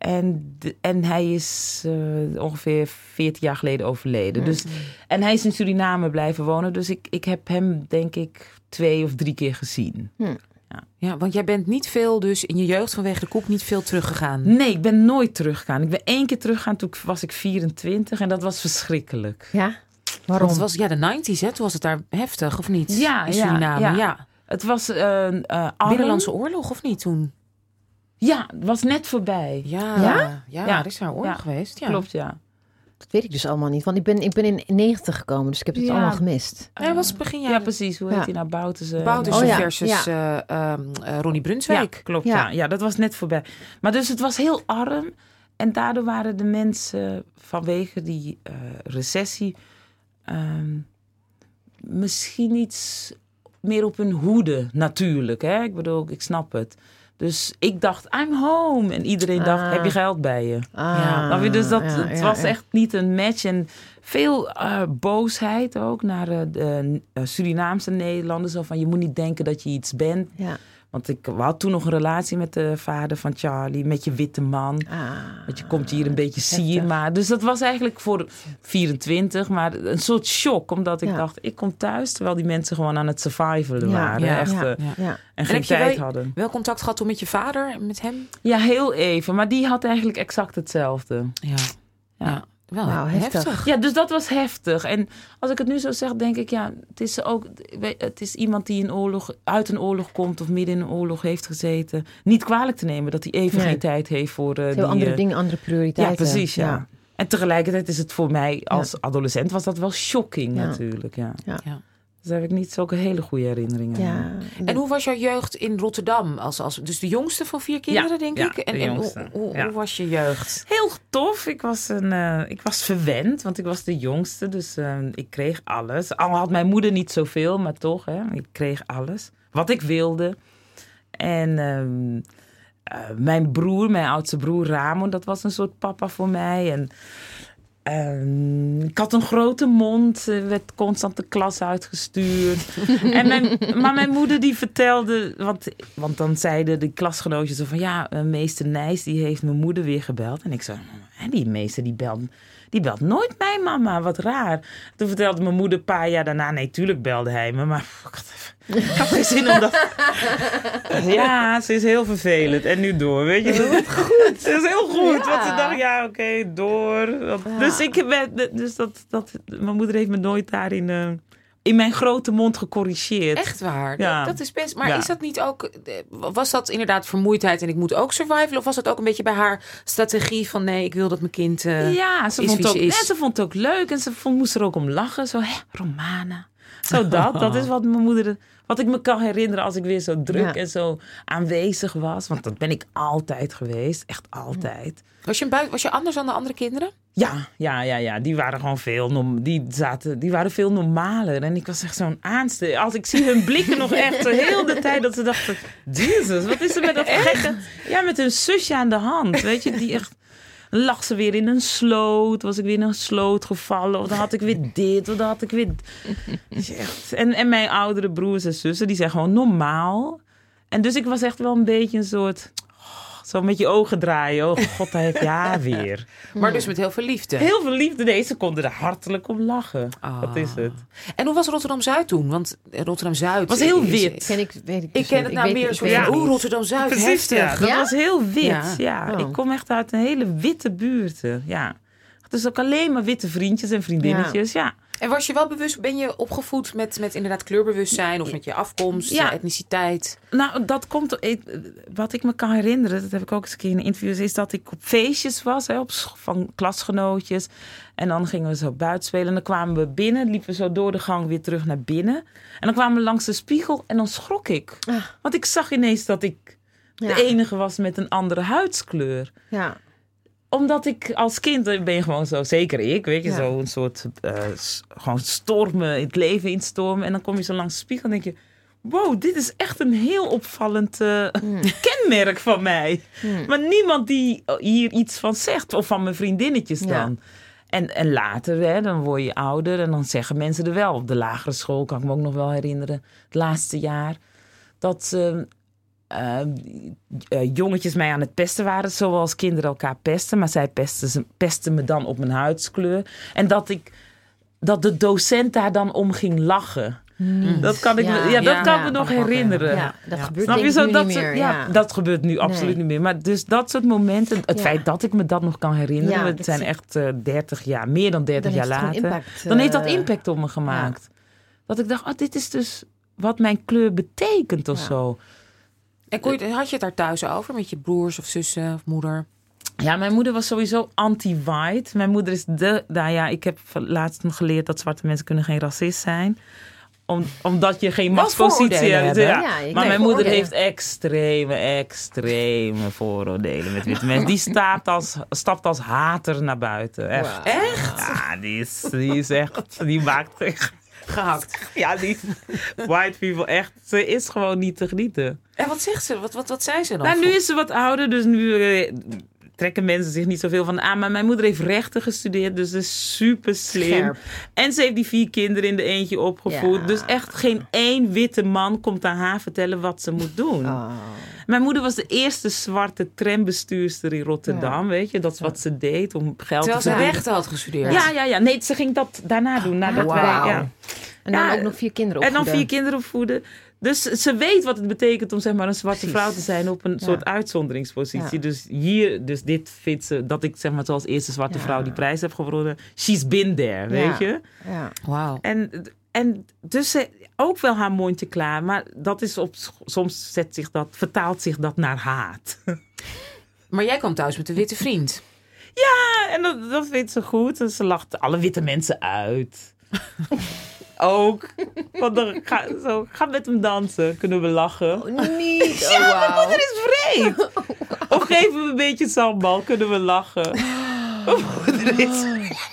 Speaker 3: En hij is ongeveer 14 jaar geleden overleden. Dus, en hij is in Suriname blijven wonen. Dus ik heb hem, denk ik, 2 of 3 keer gezien.
Speaker 1: Ja, want jij bent niet veel, dus in je jeugd vanwege de koep niet veel teruggegaan.
Speaker 3: Nee, ik ben nooit teruggegaan. Ik ben 1 keer teruggegaan, toen was ik 24. En dat was verschrikkelijk.
Speaker 2: Ja?
Speaker 1: Want
Speaker 2: Waarom?
Speaker 1: het was de 90's, hè? Toen was het daar heftig, of niet?
Speaker 3: Ja,
Speaker 1: in Suriname,
Speaker 3: ja. Het was arm.
Speaker 1: Binnenlandse oorlog, of niet toen?
Speaker 3: Ja, het was net voorbij.
Speaker 1: Ja,
Speaker 3: Ja?
Speaker 1: er is daar oorlog
Speaker 3: Ja,
Speaker 1: geweest. Ja.
Speaker 3: Klopt, ja.
Speaker 2: Dat weet ik dus allemaal niet. Want ik ben in 90 gekomen, dus ik heb het
Speaker 3: Ja.
Speaker 2: allemaal gemist.
Speaker 1: Hij was begin
Speaker 3: Ja,
Speaker 1: jaren
Speaker 3: precies. Hoe
Speaker 2: Ja.
Speaker 3: heet hij nou? Boutersen.
Speaker 1: Boutersen
Speaker 2: Oh ja,
Speaker 1: versus Ronnie Brunswijk.
Speaker 3: Ja, klopt.
Speaker 2: Ja.
Speaker 3: Ja. Ja, dat was net voorbij. Maar dus het was heel arm. En daardoor waren de mensen vanwege die recessie misschien iets meer op hun hoede, natuurlijk. Hè? Ik bedoel, ik snap het. Dus ik dacht, I'm home. En iedereen dacht, heb je geld bij je?
Speaker 1: Ja.
Speaker 3: Dus het was echt niet een match. En veel boosheid ook naar de Surinaamse Nederlanders. Zo van, je moet niet denken dat je iets bent.
Speaker 2: Ja.
Speaker 3: Want ik had toen nog een relatie met de vader van Charlie. Met je witte man. Want je komt hier een beetje zien. Maar, dus dat was eigenlijk voor 24. Maar een soort shock. Omdat ik dacht, ik kom thuis. Terwijl die mensen gewoon aan het survivalen waren.
Speaker 1: Ja.
Speaker 3: Echt,
Speaker 2: Ja.
Speaker 1: Ja.
Speaker 3: en geen
Speaker 1: heb je
Speaker 3: tijd hadden.
Speaker 1: wel contact gehad toen met je vader, met hem?
Speaker 3: Ja, heel even. Maar die had eigenlijk exact hetzelfde.
Speaker 1: Ja. Wel
Speaker 2: Wauw, heftig.
Speaker 3: Ja, dus dat was heftig. En als ik het nu zo zeg, denk ik, ja, het is iemand die uit een oorlog komt of midden in een oorlog heeft gezeten. Niet kwalijk te nemen dat hij even geen tijd heeft voor
Speaker 2: Heel andere dingen, andere prioriteiten.
Speaker 3: Ja, precies, ja. En tegelijkertijd is het voor mij als adolescent was dat wel shocking natuurlijk, ja. Dus daar heb ik niet zulke hele goede herinneringen aan.
Speaker 2: Ja.
Speaker 1: En hoe was jouw jeugd in Rotterdam? Dus de jongste van 4 kinderen, denk ik? En hoe was je jeugd?
Speaker 3: Heel tof. Ik was verwend, want ik was de jongste. Dus ik kreeg alles. Al had mijn moeder niet zoveel, maar toch. Hè, ik kreeg alles. Wat ik wilde. En mijn oudste broer Ramon, dat was een soort papa voor mij. En ik had een grote mond, werd constant de klas uitgestuurd. Maar mijn moeder die vertelde, want dan zeiden de klasgenootjes zo van, ja, meester Nijs die heeft mijn moeder weer gebeld. En ik zei, die meester die belt nooit mijn mama, wat raar. Toen vertelde mijn moeder een paar jaar daarna, nee, tuurlijk belde hij me, maar ik had geen zin om dat... Ja, ze is heel vervelend. En nu door, weet je. Dat is goed. Het is heel goed. Want ze dacht, ja, oké, door. Dus mijn moeder heeft me nooit daarin... in mijn grote mond gecorrigeerd.
Speaker 1: Echt waar?
Speaker 3: Ja.
Speaker 1: Dat is best... Maar is dat niet ook... Was dat inderdaad vermoeidheid en ik moet ook survivalen? Of was dat ook een beetje bij haar strategie van... nee, ik wil dat mijn kind
Speaker 3: ja, ze vond het ook leuk. En moest er ook om lachen. Zo, Romana. Zo dat is wat mijn moeder... Wat ik me kan herinneren als ik weer zo druk en zo aanwezig was. Want dat ben ik altijd geweest. Echt altijd.
Speaker 1: Was je anders dan de andere kinderen?
Speaker 3: Ja. Die waren gewoon die waren veel normaler. En ik was echt zo'n aanste. Als ik zie hun blikken nog echt zo heel de tijd dat ze dachten... Jezus, wat is er met dat gekke... Ja, met hun zusje aan de hand. Weet je, die echt... lag ze weer in een sloot. Was ik weer in een sloot gevallen. Of dan had ik weer dit. Of dan had ik weer... En mijn oudere broers en zussen, die zijn gewoon normaal. En dus ik was echt wel een beetje een soort... Zo met je ogen draaien. Oh god, daar heb je haar weer.
Speaker 1: Maar dus met heel veel liefde.
Speaker 3: Heel veel liefde. Nee, ze konden er hartelijk om lachen. Dat is het.
Speaker 1: En hoe was Rotterdam-Zuid toen? Want Rotterdam-Zuid...
Speaker 3: was heel wit.
Speaker 1: Ik ken het nou meer zo van, Rotterdam-Zuid,
Speaker 3: Precies,
Speaker 1: heftig.
Speaker 3: ja. Dat was heel wit.
Speaker 1: Ja.
Speaker 3: Ik kom echt uit een hele witte buurt. Ja. Dus ook alleen maar witte vriendjes en vriendinnetjes. Ja.
Speaker 1: En was je wel bewust, ben je opgevoed met inderdaad kleurbewustzijn of met je afkomst, etniciteit?
Speaker 3: Nou, dat komt, wat ik me kan herinneren, dat heb ik ook eens een keer in interviews, is dat ik op feestjes was, van klasgenootjes. En dan gingen we zo buiten spelen en dan kwamen we binnen, liepen we zo door de gang weer terug naar binnen. En dan kwamen we langs de spiegel en dan schrok ik. Want ik zag ineens dat ik de enige was met een andere huidskleur.
Speaker 2: Ja.
Speaker 3: Omdat ik als kind ben je gewoon zo, zeker ik, weet je, zo een soort gewoon stormen, het leven instormen. En dan kom je zo langs de spiegel en denk je, wow, dit is echt een heel opvallend kenmerk van mij. Maar niemand die hier iets van zegt, of van mijn vriendinnetjes dan. En later, dan word je ouder en dan zeggen mensen er wel. Op de lagere school kan ik me ook nog wel herinneren, het laatste jaar, dat jongetjes mij aan het pesten waren, zoals kinderen elkaar pesten. Maar zij pesten me dan op mijn huidskleur. En dat de docent daar dan om ging lachen. Dat kan ik me nog herinneren.
Speaker 2: Ja, dat gebeurt
Speaker 3: Snap je
Speaker 2: denk ik
Speaker 3: zo,
Speaker 2: nu niet meer.
Speaker 3: Ja, dat gebeurt nu absoluut niet meer. Maar dus dat soort momenten, het feit dat ik me dat nog kan herinneren, het zijn echt 30 jaar, meer dan 30 jaar later. Dan heeft dat impact op me gemaakt. Dat ik dacht, dit is dus wat mijn kleur betekent of zo.
Speaker 1: En had je het daar thuis over met je broers of zussen of moeder?
Speaker 3: Ja, mijn moeder was sowieso anti-white. Mijn moeder is ik heb laatst geleerd dat zwarte mensen kunnen geen racist zijn. Omdat je geen machtspositie hebt. Maar mijn moeder heeft extreme vooroordelen met witte mensen. Die stapt als hater naar buiten. Echt?
Speaker 1: Wow. Echt?
Speaker 3: Ja, die is echt, die maakt echt
Speaker 1: gehakt.
Speaker 3: Ja, die white people echt. Ze is gewoon niet te genieten.
Speaker 1: En wat zegt ze? Wat zei ze dan?
Speaker 3: Nou, nu is ze wat ouder, dus nu trekken mensen zich niet zoveel van aan. Maar mijn moeder heeft rechten gestudeerd, dus ze is super slim.
Speaker 2: Scherp.
Speaker 3: En ze heeft die 4 kinderen in de eentje opgevoed. Ja. Dus echt geen één witte man komt aan haar vertellen wat ze moet doen. Oh. Mijn moeder was de eerste zwarte trambestuurster in Rotterdam, weet je. Dat is wat ze deed om geld
Speaker 1: te verdienen. Terwijl ze rechten had gestudeerd.
Speaker 3: Ja. Nee, ze ging dat daarna doen. Nadat wij,
Speaker 2: En dan ook nog 4 kinderen opvoeden.
Speaker 3: En dan 4 kinderen opvoeden. Dus ze weet wat het betekent om zeg maar een zwarte vrouw te zijn op een soort uitzonderingspositie. Ja. Dus dit vindt ze, dat ik zeg maar zoals eerste zwarte vrouw die prijs heb gewonnen. She's been there, weet je.
Speaker 2: Ja.
Speaker 1: Wow.
Speaker 3: En dus ze ook wel haar mondje klaar. Maar dat is soms vertaalt zich dat naar haat.
Speaker 1: Maar jij kwam thuis met een witte vriend.
Speaker 3: Ja, en dat vindt ze goed. En ze lacht alle witte mensen uit. Ook. Want dan ga met hem dansen. Kunnen we lachen.
Speaker 2: Oh, niet.
Speaker 3: Ja, mijn moeder is vreed. Of geven we een beetje sambal. Kunnen we lachen. Mijn moeder is...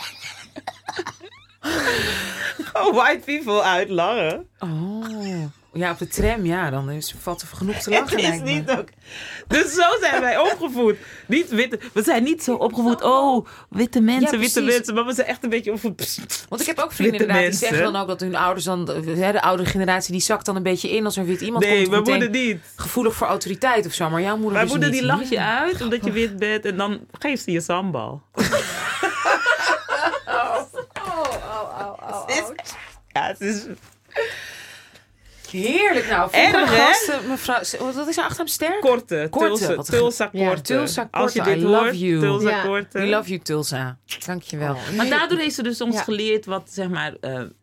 Speaker 3: white people uitlachen.
Speaker 1: Oh. Ja, op de tram, dan valt er genoeg te lachen.
Speaker 3: Het is niet ook. Dus zo zijn wij opgevoed. Niet witte, we zijn niet zo opgevoed. Oh, witte mensen. Maar we zijn echt een beetje opgevoed.
Speaker 1: Want ik heb ook vrienden inderdaad die zeggen dan ook dat hun ouders dan... de oudere generatie die zakt dan een beetje in als er wit iemand komt.
Speaker 3: Nee, mijn moeder niet.
Speaker 1: Gevoelig voor autoriteit of zo. Maar jouw moeder
Speaker 3: Mijn moeder die lacht je uit omdat je wit bent. En dan geeft ze je sambal. Ja, het is...
Speaker 1: Heerlijk nou. Volgende gasten, mevrouw... Wat is haar achternaam? Ster?
Speaker 3: Korte. Tulsa Korte.
Speaker 1: Ja, Tulsa Korte.
Speaker 3: Als je dit hoort, Tulsa Korte.
Speaker 1: We love you, Tulsa. Dankjewel.
Speaker 3: Maar daardoor heeft ze dus ons geleerd wat, zeg maar...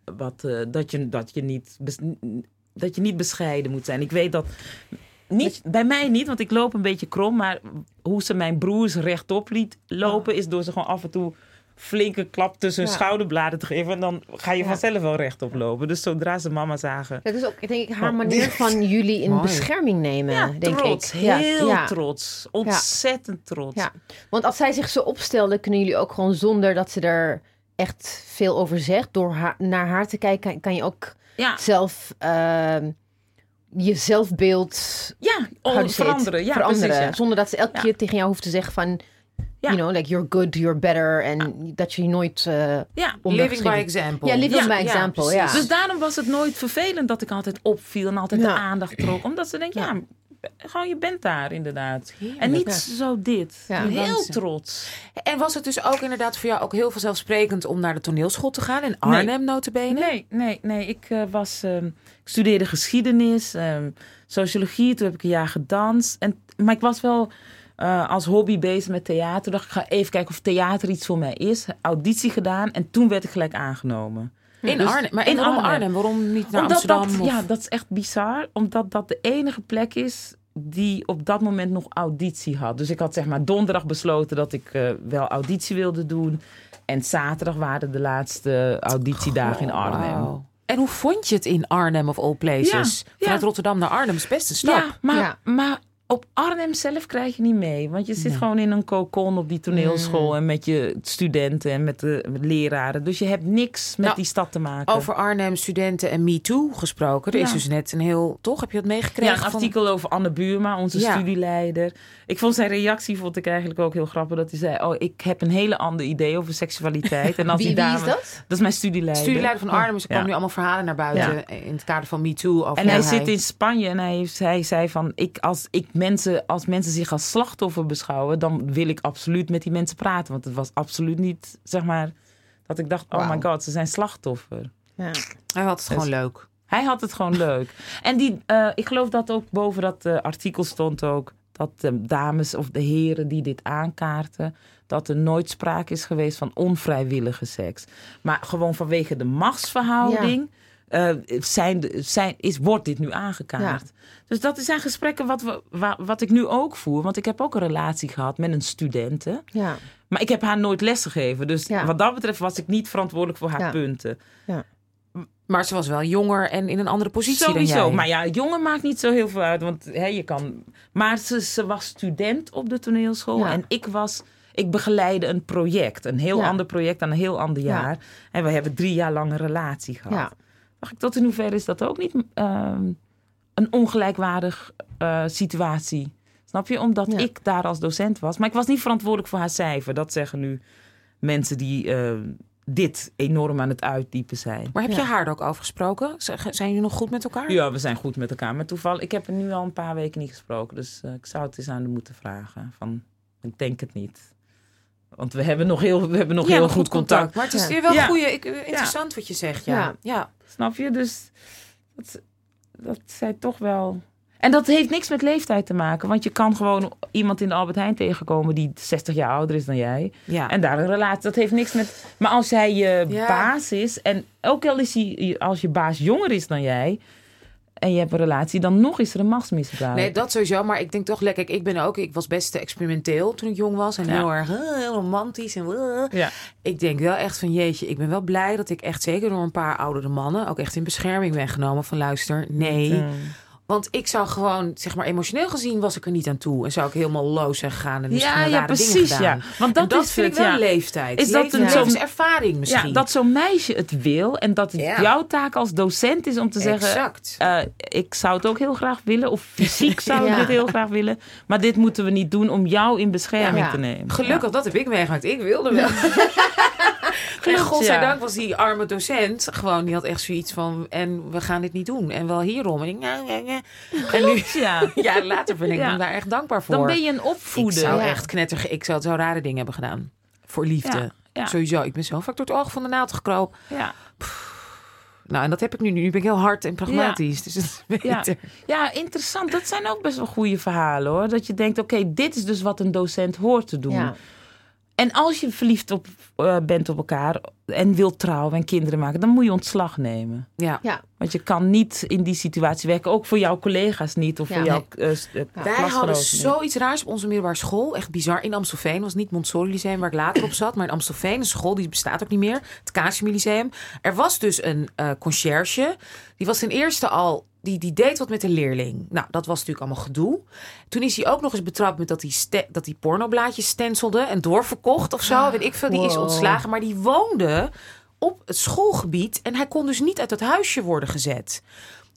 Speaker 3: dat je niet bescheiden moet zijn. Ik weet dat... bij mij niet, want ik loop een beetje krom. Maar hoe ze mijn broers rechtop liet lopen... is door ze gewoon af en toe... flinke klap tussen hun schouderbladen te geven. En dan ga je vanzelf wel rechtop lopen. Dus zodra ze mama zagen...
Speaker 2: Dat is ook, denk ik, haar manier van jullie in bescherming nemen.
Speaker 3: Ja,
Speaker 2: denk
Speaker 3: trots.
Speaker 2: Ik.
Speaker 3: Heel trots. Ontzettend trots.
Speaker 2: Ja. Want als zij zich zo opstelde, kunnen jullie ook gewoon zonder dat ze er echt veel over zegt. Door naar haar te kijken, kan je ook zelf... je zelfbeeld
Speaker 3: veranderen. Ja,
Speaker 2: veranderen.
Speaker 3: Precies,
Speaker 2: zonder dat ze elke keer tegen jou hoeft te zeggen van... You know, like you're good, you're better. En dat je nooit...
Speaker 1: living by example.
Speaker 2: Ja, living by example,
Speaker 3: Dus daarom was het nooit vervelend dat ik altijd opviel... en altijd de aandacht trok. Omdat ze denken, gewoon je bent daar inderdaad.
Speaker 1: Heerlijk.
Speaker 3: En niet zo dit.
Speaker 2: Ja.
Speaker 3: Heel trots.
Speaker 1: En was het dus ook inderdaad voor jou ook heel vanzelfsprekend om naar de toneelschool te gaan? In Arnhem nota bene?
Speaker 3: Nee. Ik studeerde geschiedenis, sociologie. Toen heb ik een jaar gedanst. Maar ik was wel als hobby bezig met theater. Toen dacht ik, ga even kijken of theater iets voor mij is. Auditie gedaan en toen werd ik gelijk aangenomen.
Speaker 1: In
Speaker 3: Dus
Speaker 1: Arnhem? Maar
Speaker 3: in
Speaker 1: waarom
Speaker 3: Arnhem?
Speaker 1: Arnhem? Waarom niet naar
Speaker 3: Omdat
Speaker 1: Amsterdam?
Speaker 3: Ja, dat is echt bizar. Omdat dat de enige plek is die op dat moment nog auditie had. Dus ik had zeg maar donderdag besloten dat ik wel auditie wilde doen. En zaterdag waren de laatste auditiedagen in Arnhem.
Speaker 1: Wauw. En hoe vond je het in Arnhem of all places?
Speaker 3: Ja.
Speaker 1: Vanuit Rotterdam naar Arnhem is best een stap.
Speaker 3: Ja, maar op Arnhem zelf krijg je niet mee. Want je zit gewoon in een cocon op die toneelschool... en met je studenten en met de leraren. Dus je hebt niks met die stad te maken.
Speaker 1: Over Arnhem, studenten en MeToo gesproken. Er is dus net een heel... Toch? Heb je dat meegekregen?
Speaker 3: Ja, een artikel over Anne Buurma, onze studieleider. Ik vond zijn reactie eigenlijk ook heel grappig. Dat hij zei, ik heb een hele ander idee over seksualiteit. En als
Speaker 2: Wie
Speaker 3: dame,
Speaker 2: is dat?
Speaker 3: Dat is mijn studieleider.
Speaker 1: Studieleider van Arnhem. Dus er komen nu allemaal verhalen naar buiten in het kader van MeToo. Over
Speaker 3: En hij zit in Spanje en hij zei van... Als mensen zich als slachtoffer beschouwen... dan wil ik absoluut met die mensen praten. Want het was absoluut niet, zeg maar... dat ik dacht, oh my god, ze zijn slachtoffer.
Speaker 2: Ja.
Speaker 1: Hij had het gewoon leuk.
Speaker 3: Hij had het gewoon leuk. En ik geloof dat ook boven dat artikel stond ook... dat de dames of de heren die dit aankaarten... dat er nooit sprake is geweest van onvrijwillige seks. Maar gewoon vanwege de machtsverhouding... wordt dit nu aangekaart. Ja. Dus dat zijn gesprekken wat ik nu ook voer. Want ik heb ook een relatie gehad met een studente. Ja. Maar ik heb haar nooit lesgegeven. Dus wat dat betreft was ik niet verantwoordelijk voor haar punten. Ja.
Speaker 1: Maar ze was wel jonger en in een andere positie
Speaker 3: Sowieso.
Speaker 1: dan jij.
Speaker 3: Maar ja, jongen maakt niet zo heel veel uit. Want je kan... Maar ze was student op de toneelschool. Ja. En ik begeleidde een project. Een heel ander project aan een heel ander jaar. Ja. En we hebben 3 jaar lang een relatie gehad. Ja. Dacht ik, tot in hoeverre is dat ook niet een ongelijkwaardig situatie? Snap je? Omdat ik daar als docent was. Maar ik was niet verantwoordelijk voor haar cijfer. Dat zeggen nu mensen die dit enorm aan het uitdiepen zijn.
Speaker 1: Maar heb je haar er ook over gesproken? Zijn jullie nog goed met elkaar?
Speaker 3: Ja, we zijn goed met elkaar. Maar toevallig, ik heb er nu al een paar weken niet gesproken. Dus ik zou het eens aan haar moeten vragen. Ik denk het niet. Want we hebben nog heel goed contact.
Speaker 1: Maar het is weer wel interessant wat je zegt. Ja.
Speaker 3: Snap je? Dus dat zijn toch wel... En dat heeft niks met leeftijd te maken. Want je kan gewoon iemand in de Albert Heijn tegenkomen... die 60 jaar ouder is dan jij. Ja. En daar een relatie. Dat heeft niks met... Maar als hij je baas is... en ook al is hij, als je baas jonger is dan jij... en je hebt een relatie, dan nog is er een machtsmisbruik.
Speaker 1: Nee, dat sowieso. Maar ik denk toch lekker... Ik was best experimenteel toen ik jong was. En heel erg heel romantisch. Ik denk wel echt van jeetje, ik ben wel blij dat ik echt zeker door een paar oudere mannen... ook echt in bescherming ben genomen van luister, nee... Want ik zou gewoon, zeg maar, emotioneel gezien was ik er niet aan toe. En zou ik helemaal los zijn gegaan en misschien rare dingen gedaan. Ja.
Speaker 3: Want dat
Speaker 1: vind ik wel leeftijd. Is dat een levenservaring misschien?
Speaker 3: Ja, dat zo'n meisje het wil en dat het jouw taak als docent is om te zeggen... ik zou het ook heel graag willen of fysiek zou ik dit heel graag willen. Maar dit moeten we niet doen om jou in bescherming te nemen.
Speaker 1: Gelukkig, dat heb ik meegemaakt. Ik wilde wel. En godzijdank was die arme docent gewoon, die had echt zoiets van... en we gaan dit niet doen. En wel hierom. En en nu, jaren later ben ik daar echt dankbaar voor.
Speaker 3: Dan ben je een opvoeder.
Speaker 1: Ik zou echt ik zou zo rare dingen hebben gedaan. Voor liefde. Ja. Sowieso. Ik ben zo vaak door het oog van de naald gekropen. Ja. Nou, en dat heb ik nu. Nu ben ik heel hard en pragmatisch. Dus dat is beter.
Speaker 3: Ja, interessant. Dat zijn ook best wel goede verhalen, hoor. Dat je denkt, oké, dit is dus wat een docent hoort te doen. Ja. En als je verliefd bent op elkaar en wilt trouwen en kinderen maken, dan moet je ontslag nemen. Ja. Want je kan niet in die situatie werken. Ook voor jouw collega's niet. Of voor jouw
Speaker 1: Wij hadden zoiets raars op onze middelbare school. Echt bizar. In Amstelveen. Was niet Montessori Lyceum waar ik later op zat. Maar in Amstelveen, een school die bestaat ook niet meer. Het Casimir Lyceum. Er was dus een conciërge. Die was ten eerste al... Die deed wat met een leerling. Nou, dat was natuurlijk allemaal gedoe. Toen is hij ook nog eens betrapt met dat hij pornoblaadjes stencelde en doorverkocht of zo. Weet ik veel. Die is ontslagen. Maar die woonde op het schoolgebied en hij kon dus niet uit het huisje worden gezet.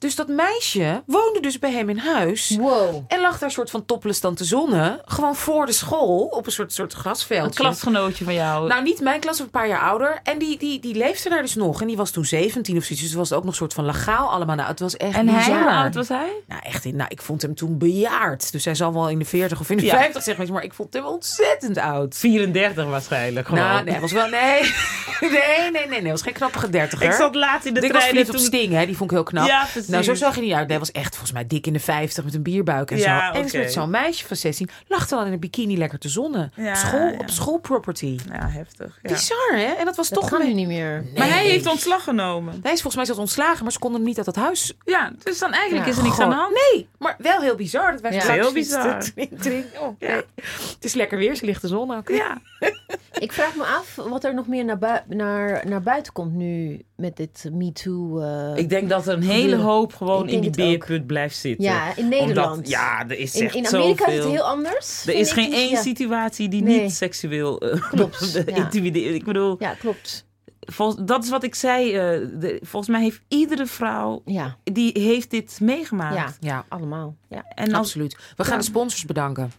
Speaker 1: Dus dat meisje woonde dus bij hem in huis.
Speaker 2: Wow.
Speaker 1: En lag daar soort van topless dan te zonnen. Gewoon voor de school. Op een soort grasveldje.
Speaker 3: Een klasgenootje van jou.
Speaker 1: Nou, niet mijn klas, een paar jaar ouder. En die leefde daar dus nog. En die was toen 17 of zoiets. Dus het was ook nog soort van legaal allemaal. Nou, het was echt
Speaker 3: en
Speaker 1: bizar.
Speaker 3: hij, hoe oud was hij?
Speaker 1: Nou, echt. Ik vond hem toen bejaard. Dus hij zal wel in de 40 of in de 50 zeggen. Maar ik vond hem ontzettend oud.
Speaker 3: 34 waarschijnlijk gewoon.
Speaker 1: Nou, nee, hij was wel... Nee. Nee. was geen knappige 30er.
Speaker 3: Ik zat laat in de
Speaker 1: trein. Ik was verliefd op
Speaker 3: toen...
Speaker 1: Sting, hè. Die vond ik heel knap.
Speaker 3: Ja, precies.
Speaker 1: Nou, zo zag hij niet uit. Hij was echt volgens mij dik in de 50 met een bierbuik en zo. En met zo'n meisje van 16 lag er dan in een bikini lekker te zonnen.
Speaker 3: Ja,
Speaker 1: op schoolproperty.
Speaker 3: Ja, heftig. Ja.
Speaker 1: Bizar, hè? En dat was
Speaker 2: dat
Speaker 1: toch...
Speaker 2: kan nu niet meer.
Speaker 3: Nee. Maar hij heeft ontslag genomen.
Speaker 1: Hij is volgens mij zelfs ontslagen, maar ze konden hem niet uit dat huis.
Speaker 3: Ja, dus dan eigenlijk is er niks aan de hand.
Speaker 1: Nee, maar wel heel bizar. Dat wij
Speaker 3: heel bizar.
Speaker 1: Het is lekker weer, ze ligt de zon ook.
Speaker 3: Ja.
Speaker 2: Ik vraag me af wat er nog meer naar buiten komt nu met dit MeToo.
Speaker 3: Ik denk dat er een hele hoop gewoon in die beerput blijft zitten.
Speaker 2: Ja, in Nederland.
Speaker 3: Er is echt
Speaker 2: in Amerika
Speaker 3: zoveel.
Speaker 2: is het heel anders.
Speaker 3: Er is geen één situatie die niet seksueel intimideert. Ik bedoel...
Speaker 2: Ja, klopt.
Speaker 3: Dat is wat ik zei. Volgens mij heeft iedere vrouw... Die heeft dit meegemaakt.
Speaker 2: Ja, allemaal. Ja.
Speaker 1: En absoluut. We gaan de sponsors bedanken.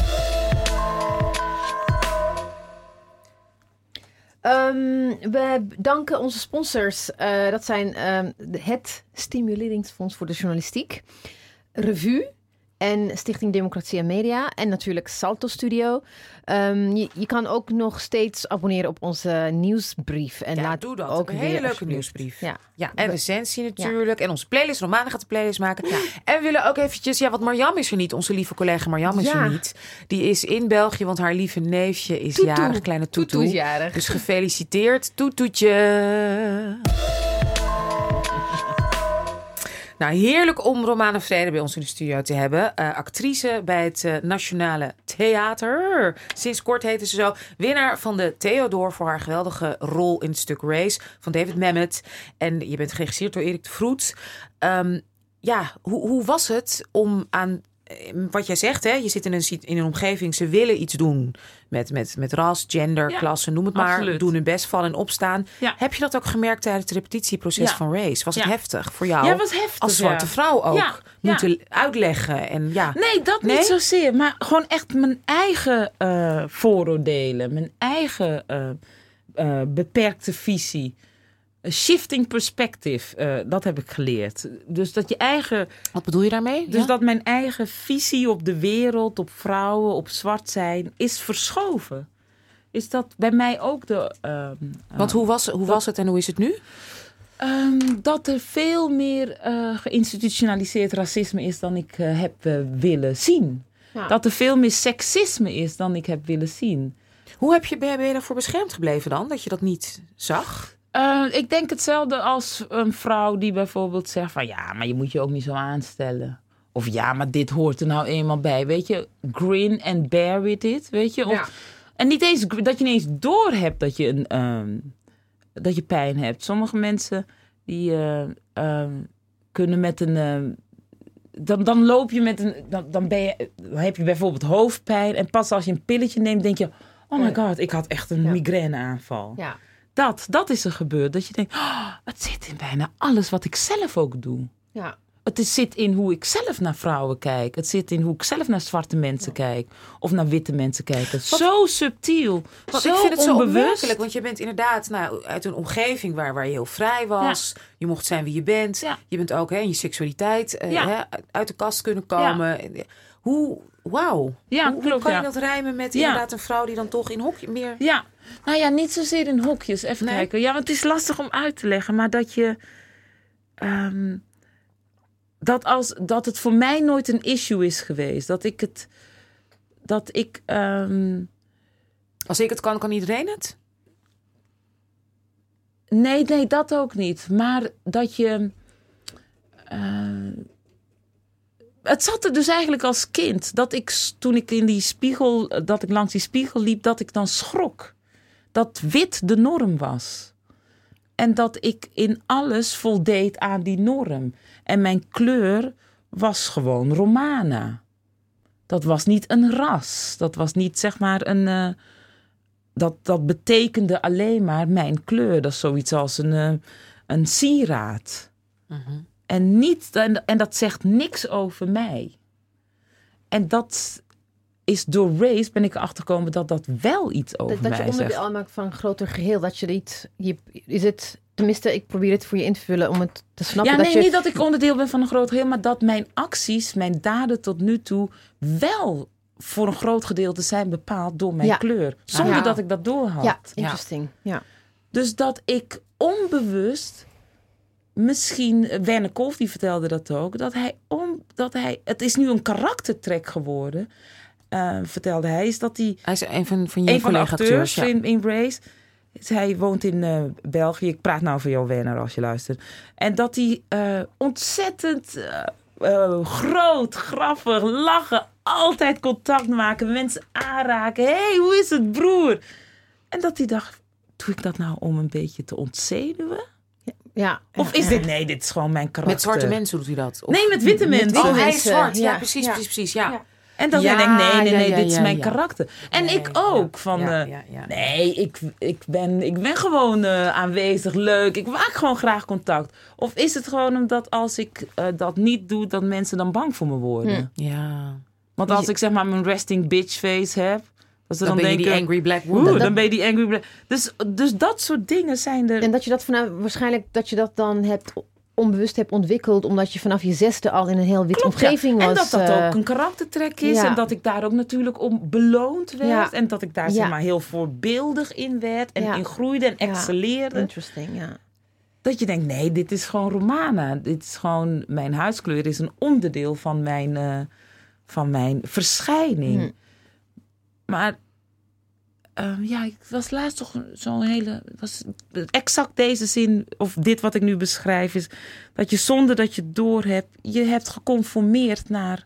Speaker 2: We danken onze sponsors. Dat zijn het Stimuleringsfonds voor de Journalistiek, Revue en Stichting Democratie en Media. En natuurlijk Salto Studio. Je kan ook nog steeds abonneren op onze nieuwsbrief. En
Speaker 1: doe dat.
Speaker 2: ook
Speaker 1: een hele leuke nieuwsbrief.
Speaker 2: Ja,
Speaker 1: en recensie natuurlijk. Ja. En onze playlist. Romana gaat de playlist maken. Ja. En we willen ook eventjes... want Marjam is er niet. Onze lieve collega Marjam is er niet. Die is in België, want haar lieve neefje is jarig. Kleine Toetoe.
Speaker 2: Is jarig.
Speaker 1: Dus gefeliciteerd. Toetoetje. Nou, heerlijk om Romana Vrede bij ons in de studio te hebben. Actrice bij het Nationale Theater. Sinds kort heette ze zo. Winnaar van de Theodor voor haar geweldige rol in het stuk Race van David Mamet. En je bent geregisseerd door Erik de Vroet. Hoe was het om aan... Wat jij zegt, hè? Je zit in een omgeving, ze willen iets doen met ras, gender, klasse, noem het maar.
Speaker 3: Absoluut.
Speaker 1: Doen hun best, vallen en opstaan. Ja. Heb je dat ook gemerkt tijdens het repetitieproces van Race? Was het heftig voor jou?
Speaker 3: Ja, het was heftig.
Speaker 1: Als zwarte vrouw ook moeten uitleggen. En,
Speaker 3: Nee, dat niet zozeer. Maar gewoon echt mijn eigen vooroordelen. Mijn eigen beperkte visie. Shifting perspective, dat heb ik geleerd. Dus dat je eigen...
Speaker 1: Wat bedoel je daarmee?
Speaker 3: Dus dat mijn eigen visie op de wereld, op vrouwen, op zwart zijn, is verschoven. Is dat bij mij ook de...
Speaker 1: Want hoe was het en hoe is het nu?
Speaker 3: Dat er veel meer geïnstitutionaliseerd racisme is dan ik heb willen zien. Ja. Dat er veel meer seksisme is dan ik heb willen zien.
Speaker 1: Hoe ben je daarvoor beschermd gebleven dan? Dat je dat niet zag?
Speaker 3: Ik denk hetzelfde als een vrouw die bijvoorbeeld zegt van... ja, maar je moet je ook niet zo aanstellen. Of ja, maar dit hoort er nou eenmaal bij. Weet je, grin and bear with it, weet je. Of, en niet eens, dat je niet eens doorhebt dat dat je pijn hebt. Sommige mensen die kunnen met een... Dan loop je met een... Dan heb je bijvoorbeeld hoofdpijn. En pas als je een pilletje neemt, denk je... oh my god, ik had echt een migraineaanval. Ja. Dat is er gebeurd. Dat je denkt, het zit in bijna alles wat ik zelf ook doe. Ja. Het zit in hoe ik zelf naar vrouwen kijk. Het zit in hoe ik zelf naar zwarte mensen kijk. Of naar witte mensen kijk. Zo subtiel. Zo
Speaker 1: ik vind het
Speaker 3: onbewust.
Speaker 1: Zo opmerkelijk. Want je bent inderdaad uit een omgeving waar je heel vrij was. Ja. Je mocht zijn wie je bent. Ja. Je bent ook in je seksualiteit uit de kast kunnen komen. Ja. Wauw.
Speaker 3: Ja,
Speaker 1: hoe kan je dat rijmen met inderdaad een vrouw die dan toch in hokje meer...
Speaker 3: Ja, nou ja, niet zozeer in hokjes. Even kijken. Ja, want het is lastig om uit te leggen. Maar dat je... dat het voor mij nooit een issue is geweest. Als
Speaker 1: ik het kan iedereen het?
Speaker 3: Nee, dat ook niet. Maar dat je... Het zat er dus eigenlijk als kind. Toen ik langs die spiegel liep, dat ik dan schrok. Dat wit de norm was. En dat ik in alles voldeed aan die norm. En mijn kleur was gewoon Romana. Dat was niet een ras. Dat was niet zeg maar een... Dat betekende alleen maar mijn kleur. Dat is zoiets als een sieraad. Uh-huh. En dat zegt niks over mij. En dat is door Race ben ik erachter gekomen dat wel iets over mij
Speaker 2: zegt. Dat je onderdeel uitmaakt van een groter geheel. Dat je is het... Tenminste, ik probeer het voor je in te vullen om het te snappen.
Speaker 3: Ja, niet dat ik onderdeel ben van een groot geheel, maar dat mijn acties, mijn daden tot nu toe wel voor een groot gedeelte zijn bepaald door mijn kleur. Zonder dat ik dat doorhad.
Speaker 2: Ja, interesting. Ja.
Speaker 3: Dus dat ik onbewust, misschien, Werner Kolff die vertelde dat ook, dat hij het is nu een karaktertrek geworden, vertelde hij, is dat hij
Speaker 1: is een van de
Speaker 3: acteurs in Race. Hij woont in België. Ik praat nou voor jou, Werner, als je luistert. En dat hij ontzettend groot, grappig, lachen, altijd contact maken, mensen aanraken. Hey, hoe is het, broer? En dat hij dacht, doe ik dat nou om een beetje te ontzenuwen?
Speaker 2: Ja.
Speaker 3: Of is dit, nee, dit is gewoon mijn karakter.
Speaker 1: Met zwarte mensen doet hij dat? Of?
Speaker 3: Nee, met witte mensen.
Speaker 1: Oh, hij is zwart. Ja, precies. Ja.
Speaker 3: En dat jij denkt, nee, dit is mijn karakter. En ik ook. Nee, ik ben gewoon aanwezig, leuk. Ik maak gewoon graag contact. Of is het gewoon omdat als ik dat niet doe, dat mensen dan bang voor me worden?
Speaker 1: Ja.
Speaker 3: Want als ik zeg maar mijn resting bitch face heb,
Speaker 1: dan ben je die angry black woman.
Speaker 3: Dan ben je die angry black. Dus dat soort dingen zijn er.
Speaker 2: En dat je dat waarschijnlijk dat je dat dan onbewust hebt ontwikkeld, omdat je vanaf je 6e al in een heel wit omgeving was.
Speaker 3: En dat ook een karaktertrek is. En dat ik daar ook natuurlijk om beloond werd. Ja. En dat ik daar zeg maar heel voorbeeldig in werd. En in groeide en excelleerde.
Speaker 2: Interesting, ja.
Speaker 3: Dat je denkt, nee, dit is gewoon Romana. Dit is gewoon, mijn huidskleur is een onderdeel van mijn verschijning. Maar ik was laatst toch zo'n hele... exact deze zin, of dit wat ik nu beschrijf, is dat je zonder dat je het doorhebt, je hebt geconformeerd naar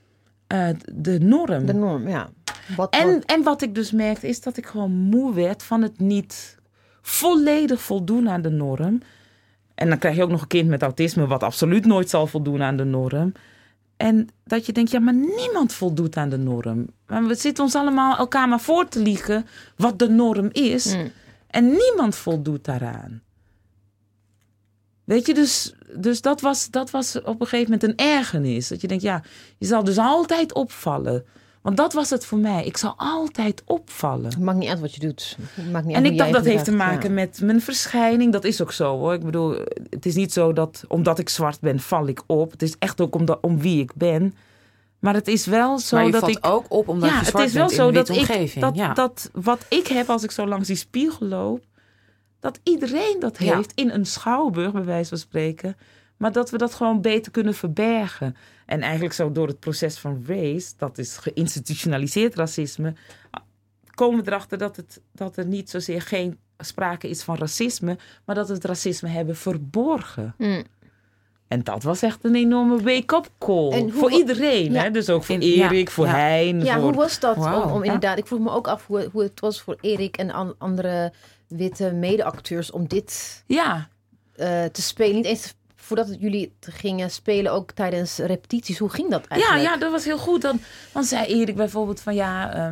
Speaker 3: de norm.
Speaker 2: De norm, ja.
Speaker 3: En wat ik dus merkte, is dat ik gewoon moe werd van het niet volledig voldoen aan de norm. En dan krijg je ook nog een kind met autisme, wat absoluut nooit zal voldoen aan de norm. En dat je denkt, ja, maar niemand voldoet aan de norm. Maar we zitten ons allemaal elkaar maar voor te liegen wat de norm is. En niemand voldoet daaraan. Weet je, dus dat was op een gegeven moment een ergernis. Dat je denkt, ja, je zal dus altijd opvallen. Want dat was het voor mij. Ik zal altijd opvallen.
Speaker 2: Het maakt niet uit wat je doet.
Speaker 3: En ik dacht, dat heeft te maken met mijn verschijning. Dat is ook zo, hoor. Ik bedoel, het is niet zo dat omdat ik zwart ben, val ik op. Het is echt ook om wie ik ben. Maar het is wel zo
Speaker 1: maar je
Speaker 3: dat
Speaker 1: valt ook op omdat je zwart bent in een witte omgeving.
Speaker 3: Dat wat ik heb als ik zo langs die spiegel loop, dat iedereen dat heeft in een schouwburg, bij wijze van spreken. Maar dat we dat gewoon beter kunnen verbergen. En eigenlijk zo door het proces van Race, dat is geïnstitutionaliseerd racisme, komen we erachter dat er niet zozeer geen sprake is van racisme, maar dat we het racisme hebben verborgen. En dat was echt een enorme wake-up call. Voor iedereen. Hè? Dus ook voor Erik, voor Hein.
Speaker 2: Ja, hoe was dat? Om inderdaad, ik vroeg me ook af hoe het was voor Erik en andere witte medeacteurs om dit te spelen. Niet eens voordat jullie gingen spelen, ook tijdens repetities. Hoe ging dat eigenlijk?
Speaker 3: Ja, dat was heel goed. Dan zei Erik bijvoorbeeld van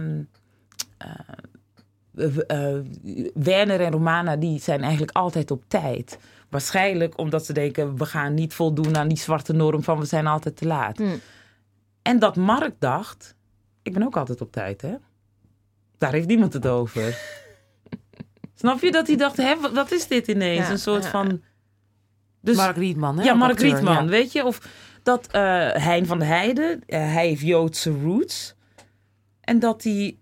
Speaker 3: Werner en Romana, die zijn eigenlijk altijd op tijd. Waarschijnlijk omdat ze denken, we gaan niet voldoen aan die zwarte norm van we zijn altijd te laat. En dat Mark dacht, ik ben ook altijd op tijd, hè? Daar heeft niemand het over. Snap je dat hij dacht, hè, wat is dit ineens? Een soort van...
Speaker 1: Dus, Mark Rietman, hè?
Speaker 3: Ja, Mark Rietman, weet je? Of dat Hein van der Heijden, hij heeft Joodse roots. En dat hij...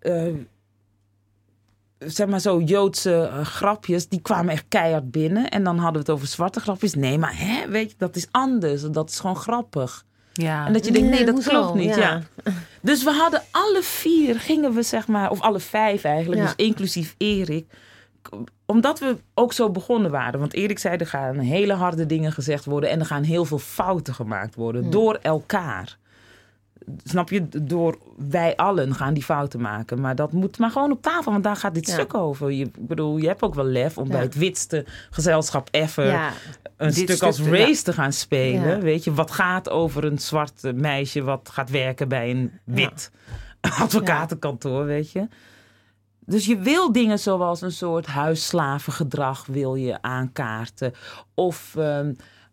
Speaker 3: zeg maar zo Joodse grapjes, die kwamen echt keihard binnen. En dan hadden we het over zwarte grapjes. Nee, maar weet je, dat is anders. Dat is gewoon grappig. Ja. En dat je denkt, nee, dat klopt niet. Ja. Dus we hadden alle 4, gingen we zeg maar, of alle 5 eigenlijk, dus inclusief Erik. Omdat we ook zo begonnen waren. Want Erik zei, er gaan hele harde dingen gezegd worden. En er gaan heel veel fouten gemaakt worden. Door elkaar. Snap je? Door wij allen gaan die fouten maken. Maar dat moet maar gewoon op tafel. Want daar gaat dit stuk over. Ik bedoel, je hebt ook wel lef om bij het witste gezelschap ever een stuk als Race te gaan spelen. Ja. Weet je, wat gaat over een zwart meisje wat gaat werken bij een wit advocatenkantoor, weet je. Dus je wil dingen zoals een soort huisslavengedrag wil je aankaarten. Of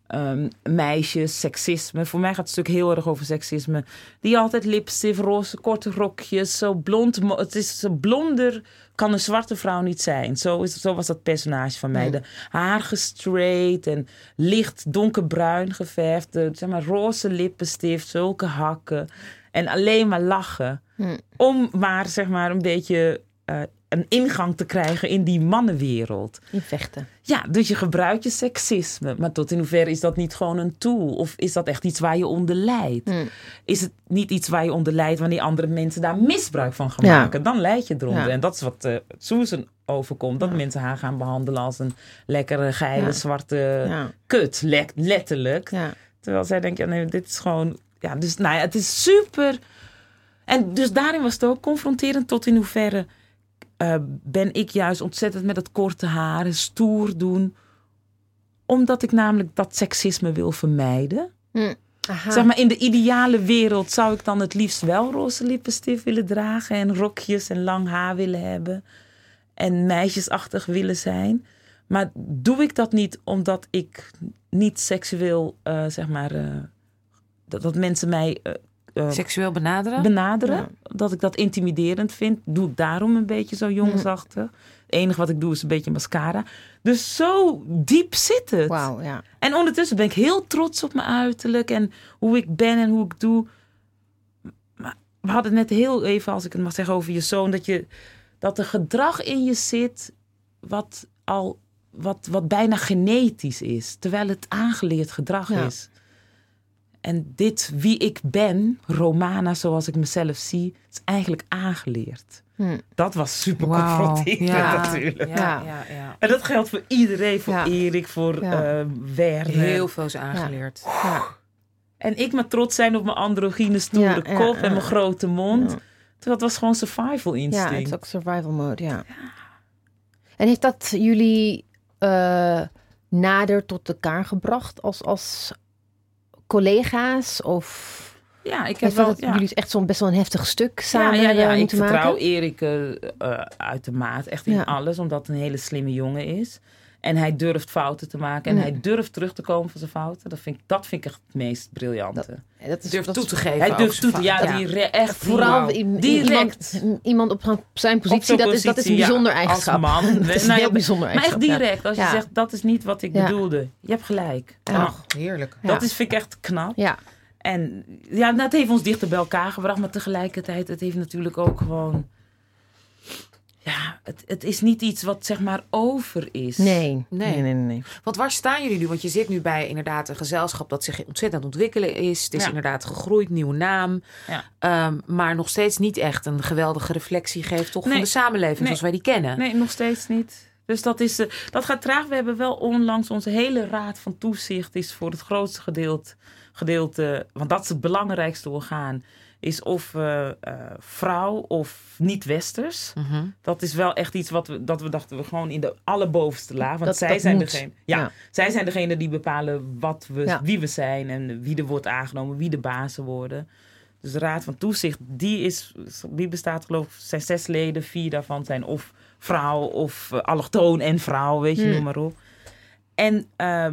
Speaker 3: meisjes, seksisme. Voor mij gaat het stuk heel erg over seksisme. Die altijd lipstift, roze, korte rokjes, zo blond. Het is zo blonder kan een zwarte vrouw niet zijn. Zo was dat personage van mij. De haar gestraight en licht donkerbruin geverfd. Zeg maar roze lippenstift, zulke hakken. En alleen maar lachen. Om maar zeg maar een beetje een ingang te krijgen in die mannenwereld.
Speaker 2: In vechten.
Speaker 3: Ja, dus je gebruikt je seksisme. Maar tot in hoeverre is dat niet gewoon een tool? Of is dat echt iets waar je onder lijdt? Is het niet iets waar je onder lijdt wanneer andere mensen daar misbruik van gaan maken? Dan lijd je eronder.
Speaker 2: Ja.
Speaker 3: En dat is wat Susan overkomt. Dat mensen haar gaan behandelen als een lekkere, geile, zwarte kut. Letterlijk.
Speaker 2: Ja.
Speaker 3: Terwijl zij denkt, nee, dit is gewoon... Ja, dus nou ja, het is super... En dus daarin was het ook confronterend tot in hoeverre... ben ik juist ontzettend met het korte haar, stoer doen. Omdat ik namelijk dat seksisme wil vermijden.
Speaker 2: Aha.
Speaker 3: Zeg maar, in de ideale wereld zou ik dan het liefst wel roze lippenstift willen dragen. En rokjes en lang haar willen hebben. En meisjesachtig willen zijn. Maar doe ik dat niet omdat ik niet seksueel, dat mensen mij...
Speaker 1: seksueel benaderen?
Speaker 2: Ja.
Speaker 3: Dat ik dat intimiderend vind. Doe ik daarom een beetje zo jongensachtig. Het enige wat ik doe is een beetje mascara. Dus zo diep zit het.
Speaker 2: Wauw, ja.
Speaker 3: En ondertussen ben ik heel trots op mijn uiterlijk. En hoe ik ben en hoe ik doe. Maar we hadden het net heel even, als ik het mag zeggen, over je zoon. Dat er gedrag in je zit wat bijna genetisch is. Terwijl het aangeleerd gedrag is. En dit, wie ik ben, Romana zoals ik mezelf zie, is eigenlijk aangeleerd. Dat was super confronterend natuurlijk.
Speaker 1: Ja.
Speaker 3: En dat geldt voor iedereen, voor Erik, voor Werner.
Speaker 1: Heel veel is aangeleerd.
Speaker 2: Ja.
Speaker 3: En ik maar trots zijn op mijn androgyne stoere kop en mijn grote mond. Terwijl het was gewoon survival instinct.
Speaker 2: Ja, het is ook survival mode, ja. En heeft dat jullie nader tot elkaar gebracht als collega's? Of
Speaker 3: ja, ik heb
Speaker 2: wel,
Speaker 3: wel...
Speaker 2: jullie echt zo'n best wel een heftig stuk samen
Speaker 3: ik
Speaker 2: moeten maken?
Speaker 3: vertrouw Erik uitermate echt in alles, omdat hij een hele slimme jongen is. En hij durft fouten te maken. En hij durft terug te komen van zijn fouten. Dat vind ik echt het meest briljante.
Speaker 1: Dat durft toe te geven.
Speaker 3: Hij durft toe te echt
Speaker 2: vooral
Speaker 3: direct.
Speaker 2: Iemand op zijn positie, dat is een bijzonder eigenschap.
Speaker 3: Als man.
Speaker 2: Dat is een heel bijzonder eigenschap.
Speaker 3: Maar echt direct. Als je zegt, dat is niet wat ik bedoelde. Je hebt gelijk.
Speaker 1: Ach, heerlijk.
Speaker 3: Dat vind ik echt knap.
Speaker 2: Ja.
Speaker 3: En dat heeft ons dichter bij elkaar gebracht. Maar tegelijkertijd, het heeft natuurlijk ook gewoon... Ja, het is niet iets wat zeg maar over is.
Speaker 2: Nee.
Speaker 1: Want waar staan jullie nu? Want je zit nu bij inderdaad een gezelschap dat zich ontzettend aan het ontwikkelen is. Het is inderdaad gegroeid, nieuwe naam. Ja. Maar nog steeds niet echt een geweldige reflectie geeft toch van de samenleving zoals wij die kennen.
Speaker 3: Nee, nog steeds niet. Dus dat gaat traag. We hebben wel onlangs onze hele raad van toezicht is voor het grootste gedeelte, want dat is het belangrijkste orgaan, is of vrouw of niet-westers. Dat is wel echt iets dat we dachten we gewoon in de allerbovenste laag. Want zij zijn degene die bepalen wie we zijn en wie er wordt aangenomen, wie de bazen worden. Dus de Raad van Toezicht, die bestaat geloof ik, zijn 6 leden. 4 daarvan zijn of vrouw of allochtoon en vrouw, weet je, noem maar op. En,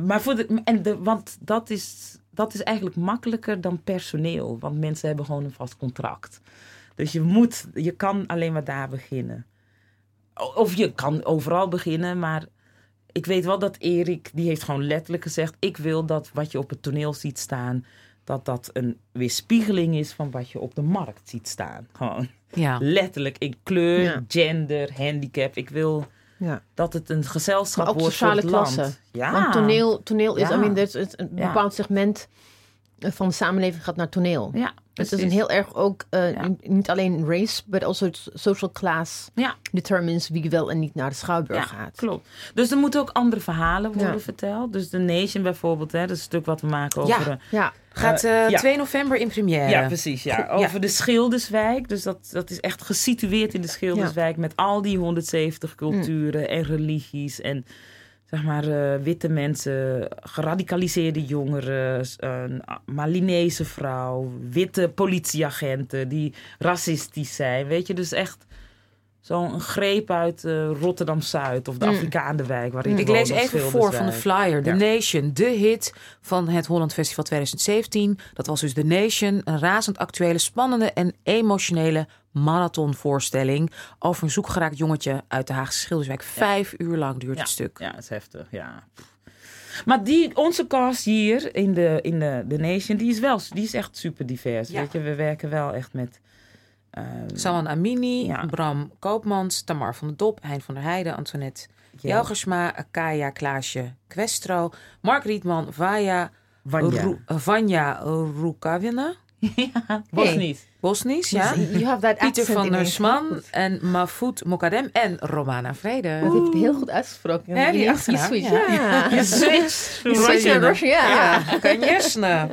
Speaker 3: want dat is eigenlijk makkelijker dan personeel. Want mensen hebben gewoon een vast contract. Dus je kan alleen maar daar beginnen. Of je kan overal beginnen, maar ik weet wel dat Erik, die heeft gewoon letterlijk gezegd, ik wil dat wat je op het toneel ziet staan, dat een weerspiegeling is van wat je op de markt ziet staan. Gewoon letterlijk in kleur, gender, handicap. Ik wil dat het een gezelschap wordt voor het land.
Speaker 2: Klasse.
Speaker 3: Ja.
Speaker 2: Want toneel is, een bepaald segment van de samenleving gaat naar toneel.
Speaker 3: Ja,
Speaker 2: het is een heel erg ook, niet alleen race, but also social class determines wie wel en niet naar de Schouwburg gaat.
Speaker 3: Klopt. Dus er moeten ook andere verhalen worden verteld. Dus The Nation bijvoorbeeld, dat is een stuk wat we maken over...
Speaker 1: Gaat 2 november in première.
Speaker 3: Ja, precies. Ja. Over de Schilderswijk. Dus dat is echt gesitueerd in de Schilderswijk met al die 170 culturen en religies en zeg maar witte mensen, geradicaliseerde jongeren, een Malinese vrouw, witte politieagenten die racistisch zijn. Weet je, dus echt zo'n greep uit Rotterdam-Zuid of de Afrikaanderwijk. Waarin
Speaker 1: Ik lees even voor van de flyer. The Nation, de hit van het Holland Festival 2017. Dat was dus The Nation. Een razend actuele, spannende en emotionele marathonvoorstelling over een zoekgeraakt jongetje uit de Haagse Schilderswijk. 5 uur lang duurt het stuk.
Speaker 3: Ja, dat is heftig, ja. Maar onze cast hier in de Nation, die is echt super divers. Ja. Weet je, we werken wel echt met...
Speaker 1: Saman Amini, Bram Koopmans, Tamar van der Dop, Hein van der Heijden, Antoinette Jelgersma, Kaya Klaasje Questro, Mark Rietman, Vanja Rukavina.
Speaker 3: Ja,
Speaker 1: Bosnisch, ja.
Speaker 2: You have that
Speaker 1: Pieter van der Sman en Mahfoud Mokadem en Romana Vrede.
Speaker 2: Dat heeft heel goed uitgesproken.
Speaker 1: Ja, die
Speaker 2: switch.
Speaker 1: Je switch
Speaker 2: naar Russian, ja.
Speaker 1: Kanjesne.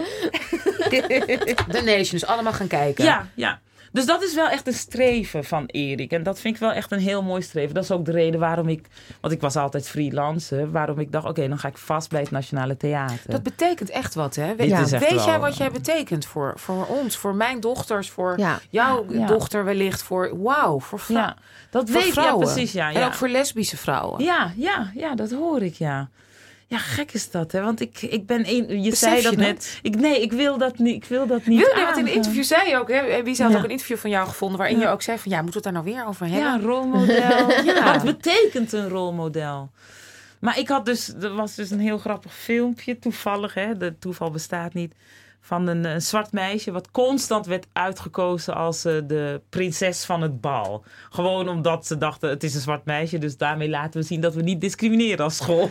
Speaker 1: The Nation, dus allemaal gaan kijken.
Speaker 3: Ja. Dus dat is wel echt een streven van Erik. En dat vind ik wel echt een heel mooi streven. Dat is ook de reden waarom want ik was altijd freelancer, waarom ik dacht, oké, dan ga ik vast bij het Nationale Theater.
Speaker 1: Dat betekent echt wat, hè? Weet jij wat jij betekent voor ons, voor mijn dochters, voor jouw dochter wellicht, voor voor vrouwen.
Speaker 3: Ja, dat weet je, precies, ja.
Speaker 1: En ook voor lesbische vrouwen.
Speaker 3: Ja, dat hoor ik, ja. Ja, gek is dat, hè? Want ik ben je
Speaker 1: Besef
Speaker 3: zei dat
Speaker 1: je
Speaker 3: net. Ik wil dat niet.
Speaker 1: Want in een interview zei je ook, hè? Wie had ook een interview van jou gevonden waarin je ook zei van, moeten we het daar nou weer over hebben?
Speaker 3: Ja, rolmodel. Wat betekent een rolmodel? Maar er was dus een heel grappig filmpje, toevallig, hè? De toeval bestaat niet. Van een zwart meisje wat constant werd uitgekozen als de prinses van het bal. Gewoon omdat ze dachten, het is een zwart meisje, dus daarmee laten we zien dat we niet discrimineren als school.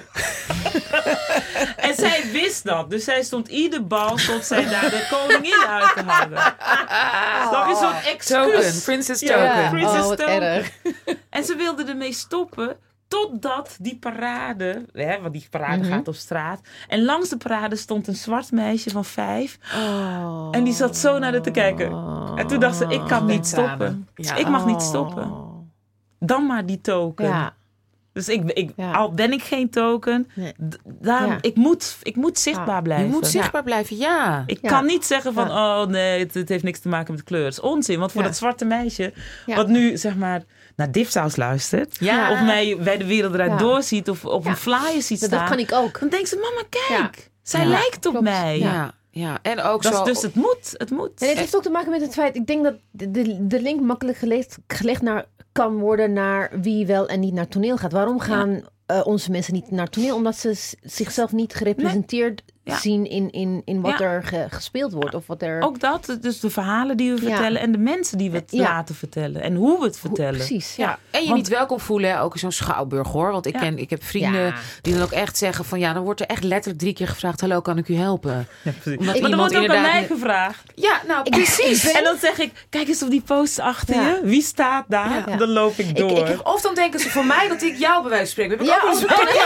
Speaker 3: En zij wist dat. Dus zij stond ieder bal, stond zij daar de koningin uit te hangen. Dat is zo'n excuus.
Speaker 1: Token, Princess Token.
Speaker 2: Ja.
Speaker 3: Princess
Speaker 2: wat
Speaker 3: Token.
Speaker 2: erg.
Speaker 3: En ze wilde ermee stoppen. Totdat die parade, want die parade gaat op straat. En langs de parade stond een zwart meisje van 5. Oh. En die zat zo naar haar te kijken. En toen dacht ze, ik kan niet stoppen. Ja. Ik mag niet stoppen. Dan maar die token. Ja. Dus al ben ik geen token, ik moet zichtbaar blijven.
Speaker 1: Je moet zichtbaar blijven, ja.
Speaker 3: Ik kan niet zeggen van, het heeft niks te maken met kleur. Dat is onzin, want voor dat zwarte meisje, wat nu zeg maar naar Dipsaus luistert, of mij bij de wereld eruit doorziet, of op een flyer ziet staan.
Speaker 2: Dat kan ik ook.
Speaker 3: Dan denkt ze, mama, kijk, zij lijkt op mij.
Speaker 1: Ja, en ook
Speaker 3: dat
Speaker 1: zo.
Speaker 3: Dus het moet.
Speaker 2: En het heeft ook te maken met het feit, ik denk dat de link makkelijk gelegd kan worden naar wie wel en niet naar toneel gaat. Waarom gaan onze mensen niet naar toneel? Omdat ze zichzelf niet gerepresenteerd zien in wat er gespeeld wordt. Of wat er...
Speaker 3: Ook dat, dus de verhalen die we vertellen en de mensen die we het laten vertellen. En hoe we het vertellen.
Speaker 2: Precies,
Speaker 1: ja. En je niet welkom voelen, hè, ook in zo'n schouwburg, hoor. Want ik heb vrienden die dan ook echt zeggen van, dan wordt er echt letterlijk 3 keer gevraagd, hallo, kan ik u helpen?
Speaker 3: Ja, maar er wordt ook aan mij gevraagd.
Speaker 1: Ja, nou, precies.
Speaker 3: En dan zeg ik, kijk eens op die post achter je. Wie staat daar? Ja. Dan loop ik door.
Speaker 1: Of dan denken ze van mij dat ik jou bij wijze van spreken. Heb ik ook wel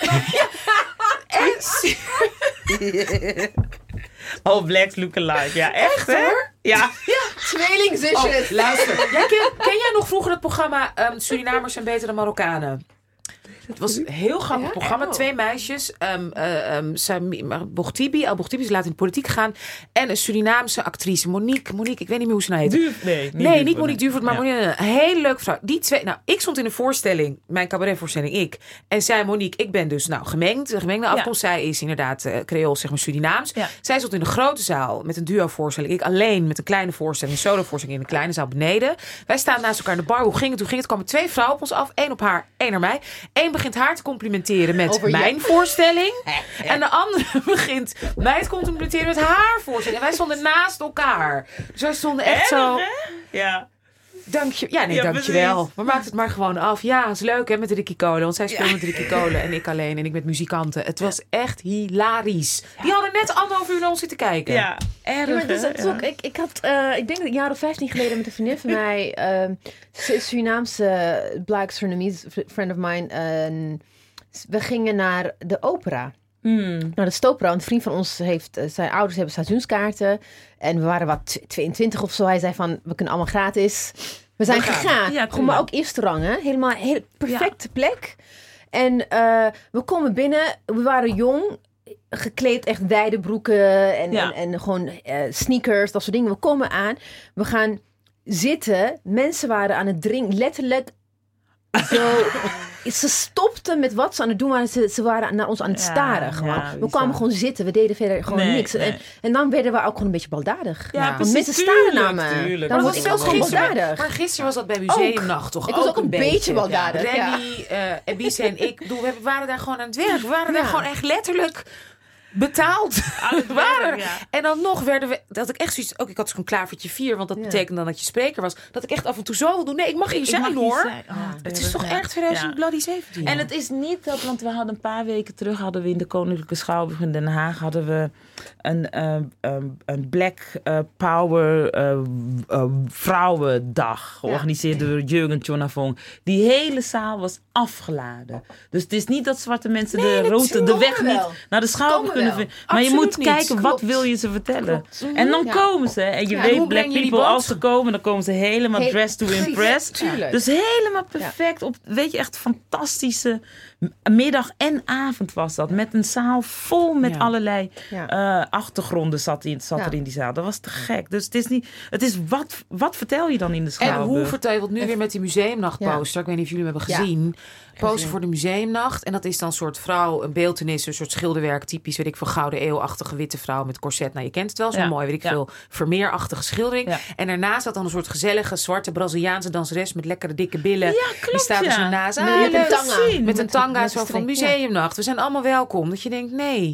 Speaker 3: All blacks look alike. Ja, echt hè? Ja.
Speaker 2: Tweelingzusjes.
Speaker 1: Luister. Ken jij nog vroeger het programma Surinamers zijn beter dan Marokkanen? Het was een heel grappig programma. 2 meisjes. Bochtibi is laat in de politiek gaan. En een Surinaamse actrice. Monique, ik weet niet meer hoe ze nou heet. Nee, niet Monique Duvoort, maar Monique. Een hele leuke vrouw. Die 2. Nou, ik stond in een voorstelling. Mijn cabaretvoorstelling, ik. En zij, Monique, ik ben dus gemengd. De gemengde afkomst. Zij is inderdaad Creools, zeg maar Surinaams. Ja. Zij stond in een grote zaal met een duo-voorstelling. Ik alleen met een kleine voorstelling. Een solo-voorstelling in een kleine zaal beneden. Wij staan naast elkaar in de bar. Hoe ging het? Er kwamen 2 vrouwen op ons af. 1 op haar, 1 naar mij. 1 begint haar te complimenteren met mijn voorstelling. En de andere begint mij te complimenteren met haar voorstelling. En wij stonden naast elkaar. Dus wij stonden echt zo...
Speaker 3: Ja.
Speaker 1: Dankjewel. Maar maak het maar gewoon af. Ja, het is leuk hè, met Ricky Kolen. Want zij speelde met Ricky Kolen en ik alleen. En ik met muzikanten. Het was echt hilarisch. Die hadden net 1,5 uur naar ons zitten kijken.
Speaker 3: Ja, erg.
Speaker 2: Ik denk dat een jaar of 15 geleden met een vriendin van mij... Surinaamse Black Surinamese friend of mine... we gingen naar de opera. Naar de Stopera. Een vriend van ons zijn ouders hebben seizoenskaarten. En we waren 22 of zo. Hij zei van, we kunnen allemaal gratis. We zijn gegaan. Ja, maar ook eerste rang. Hè? Helemaal een perfecte plek. En we komen binnen. We waren jong. Gekleed echt wijde broeken. En gewoon sneakers. Dat soort dingen. We komen aan. We gaan zitten. Mensen waren aan het drinken. Letterlijk Ze stopten met wat ze aan het doen waren. Ze waren naar ons aan het staren. Gewoon. We kwamen gewoon zitten. We deden verder gewoon niks. Nee. En dan werden we ook gewoon een beetje baldadig.
Speaker 3: Ja,
Speaker 2: want mensen staren naar me.
Speaker 3: Tuurlijk.
Speaker 2: Dan word ik ook gewoon baldadig.
Speaker 1: Maar gisteren was dat bij Museumnacht toch
Speaker 2: ik was ook een beetje baldadig.
Speaker 1: Remy, Ebise en ik. We waren daar gewoon aan het werk. We waren daar gewoon echt letterlijk... betaald waren. En dan nog werden we... Dat ik echt zoiets... Ook ik had zo'n klavertje 4. Want dat betekende dan dat je spreker was. Dat ik echt af en toe zo wil doen. Nee, ik mag hier zijn hoor. Het is toch echt 2017.
Speaker 3: En het is niet dat... Want we hadden een paar weken terug... hadden we in de Koninklijke Schouwburg in Den Haag... hadden we een Black Power Vrouwendag. Georganiseerd door Jurgen Tjonavong. Die hele zaal was afgeladen. Dus het is niet dat zwarte mensen de weg niet naar de Schouwburg kunnen vinden. Maar absoluut je moet kijken, wat wil je ze vertellen? En dan komen ze. En je weet, Black People, als ze komen... dan komen ze helemaal dressed to impress. Dus helemaal perfect. Weet je, echt fantastische middag en avond was dat. Met een zaal vol met allerlei achtergronden zat er in die zaal. Dat was te gek. Dus het is wat vertel je dan in de Schouwburg?
Speaker 1: En hoe vertel je, want nu weer met die museumnachtposter. Ik weet niet of jullie hem hebben gezien. Poster voor de museumnacht. En dat is dan een soort vrouw, een beeltenis, een soort schilderwerk. Typisch, weet ik veel, gouden eeuwachtige witte vrouw met corset. Nou, je kent het wel, zo mooi, weet ik veel, Vermeerachtige schildering. Ja. En daarnaast zat dan een soort gezellige, zwarte Braziliaanse danseres met lekkere dikke billen. Ja, klopt, die staat er zo naast. Met een tanga zo van museumnacht. We zijn allemaal welkom. Dat je denkt, nee.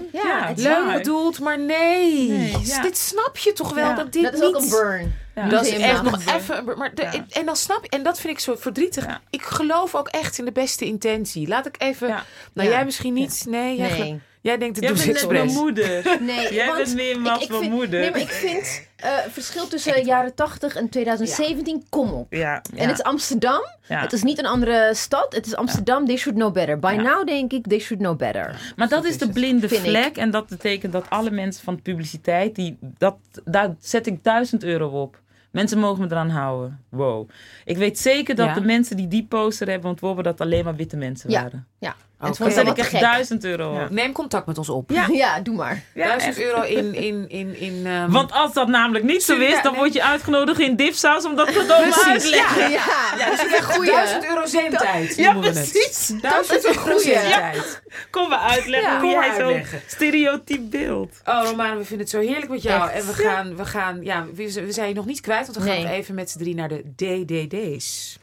Speaker 1: Leuk bedoeld, maar nee. Dit snap je toch wel, dat dit
Speaker 2: dat is
Speaker 1: niet...
Speaker 2: ook een burn.
Speaker 1: Ja. Dat is echt nog even... En dan snap je... En dat vind ik zo verdrietig. Ja. Ik geloof ook echt in de beste intentie. Laat ik even... Ja. Nou, jij misschien niet. Nee. Jij denkt het doet expres.
Speaker 3: Jij bent mijn moeder.
Speaker 2: Nee,
Speaker 3: jij bent meer mijn moeder.
Speaker 2: Nee, maar ik vind... verschil tussen jaren 80 en 2017, kom op. Ja. En het is Amsterdam. Ja. Het is niet een andere stad. Het is Amsterdam. They should know better. By now denk ik, they should know better.
Speaker 3: Maar dat is de blinde vlek. En dat betekent dat alle mensen van de publiciteit... daar zet ik €1000 op. Mensen mogen me eraan houden. Wow. Ik weet zeker dat de mensen die poster hebben ontworpen... dat alleen maar witte mensen waren.
Speaker 2: Ja.
Speaker 3: En toen zet ik echt €1000 op.
Speaker 1: Ja. Neem contact met ons op.
Speaker 2: Ja, doe maar.
Speaker 1: €1000 in
Speaker 3: want als dat namelijk niet zo is, dan word je uitgenodigd in Dipsaus om dat te komen uitleggen.
Speaker 2: Ja,
Speaker 1: dus ik €1000 zendtijd.
Speaker 3: Ja, precies.
Speaker 1: Dat is een goede zendtijd.
Speaker 3: Kom maar uitleggen hoe jij zo'n stereotyp beeld.
Speaker 1: Oh, Romana, we vinden het zo heerlijk met jou. Echt. En we gaan, we zijn je nog niet kwijt, want we gaan even met z'n 3 naar de DDD's.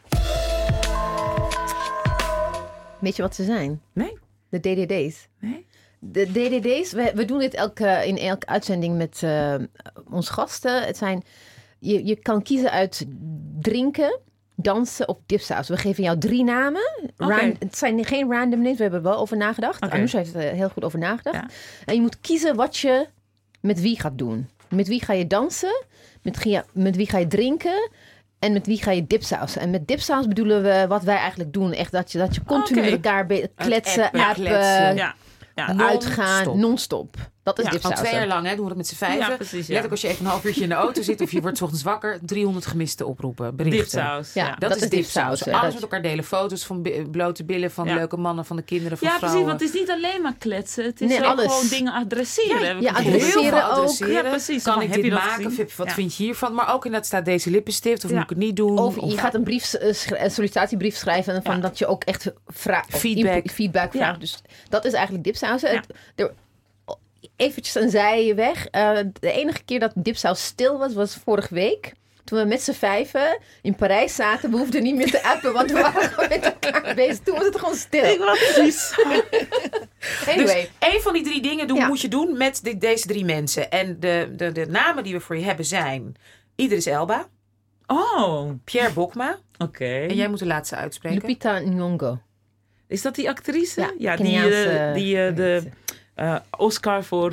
Speaker 2: Weet je wat ze zijn?
Speaker 3: Nee.
Speaker 2: De DDD's.
Speaker 3: Nee.
Speaker 2: De DDD's, we doen dit in elke uitzending met onze gasten. Het zijn, je kan kiezen uit drinken, dansen of dipsaus. We geven jou 3 namen. Het zijn geen random names, we hebben er wel over nagedacht. Anoush heeft er heel goed over nagedacht. Ja. En je moet kiezen wat je met wie gaat doen. Met wie ga je dansen? Met wie ga je drinken? En met wie ga je dipsausen? En met dipsaus bedoelen we wat wij eigenlijk doen. Echt dat je continu met elkaar kletsen, appen, uitgaan, non-stop. Dat is dipsaus.
Speaker 1: Al 2 jaar lang, doen we dat met z'n 5.
Speaker 3: Ja, precies,
Speaker 1: Letterlijk als je even een half uurtje in de auto zit... of je wordt 's ochtends wakker, 300 gemisten oproepen, berichten.
Speaker 3: Dipsaus.
Speaker 2: Ja, dat is dipsaus.
Speaker 1: Alles met elkaar delen. Foto's van blote billen, van leuke mannen, van de kinderen, van vrouwen.
Speaker 3: Ja, precies, want het is niet alleen maar kletsen. Het is ook gewoon dingen adresseren.
Speaker 2: Ja, adresseren ook.
Speaker 3: Ja, precies.
Speaker 1: Kan ik dit maken? Wat vind je hiervan? Maar ook inderdaad staat deze lippenstift, of moet ik het niet doen?
Speaker 2: Of je gaat een sollicitatiebrief schrijven... van dat je ook echt feedback vraagt. Dus dat is eigenlijk dipsausen. Eventjes een zijweg. De enige keer dat dipsaus stil was vorige week. Toen we met z'n 5 in Parijs zaten. We hoefden niet meer te appen, want we waren gewoon met elkaar bezig. Toen was het gewoon stil.
Speaker 3: Ik was precies.
Speaker 1: Anyway. Dus 1 van die 3 dingen moet je doen met deze 3 mensen. En de namen die we voor je hebben zijn... Idris Elba.
Speaker 3: Oh.
Speaker 1: Pierre Bokma.
Speaker 3: Oké.
Speaker 1: En jij moet de laatste uitspreken.
Speaker 2: Lupita Nyong'o.
Speaker 3: Is dat die actrice?
Speaker 2: Ja,
Speaker 3: die de Oscar voor...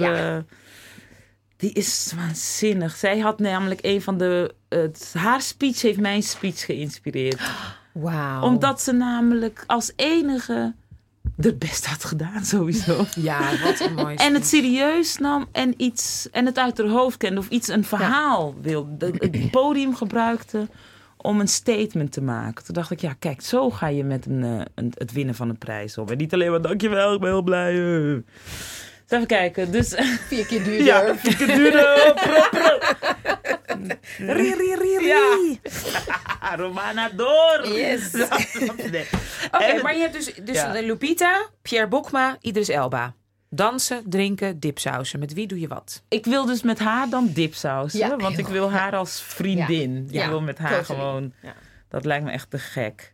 Speaker 3: die is waanzinnig. Zij had namelijk een van de... haar speech heeft mijn speech geïnspireerd.
Speaker 2: Wauw.
Speaker 3: Omdat ze namelijk als enige het best had gedaan sowieso.
Speaker 1: Ja, wat een mooi.
Speaker 3: En het serieus nam en het uit haar hoofd kende. Of een verhaal wilde. Het podium gebruikte om een statement te maken. Toen dacht ik, kijk, zo ga je met het winnen van een prijs om. En niet alleen maar, dankjewel, ik ben heel blij. Even kijken. Dus
Speaker 2: 4 keer duurder.
Speaker 3: Ja, 4 keer duurder.
Speaker 1: Ri.
Speaker 3: Romana door.
Speaker 1: Yes.
Speaker 3: Nee.
Speaker 1: Oké, maar je hebt dus Lupita, Pierre Bokma, Idris Elba. Dansen, drinken, dipsausen. Met wie doe je wat?
Speaker 3: Ik wil dus met haar dan dipsausen.
Speaker 2: Ja,
Speaker 3: want ik wil haar als vriendin.
Speaker 2: Ja.
Speaker 3: Ik wil met haar
Speaker 2: totally.
Speaker 3: gewoon...
Speaker 2: Ja.
Speaker 3: Dat lijkt me echt te gek.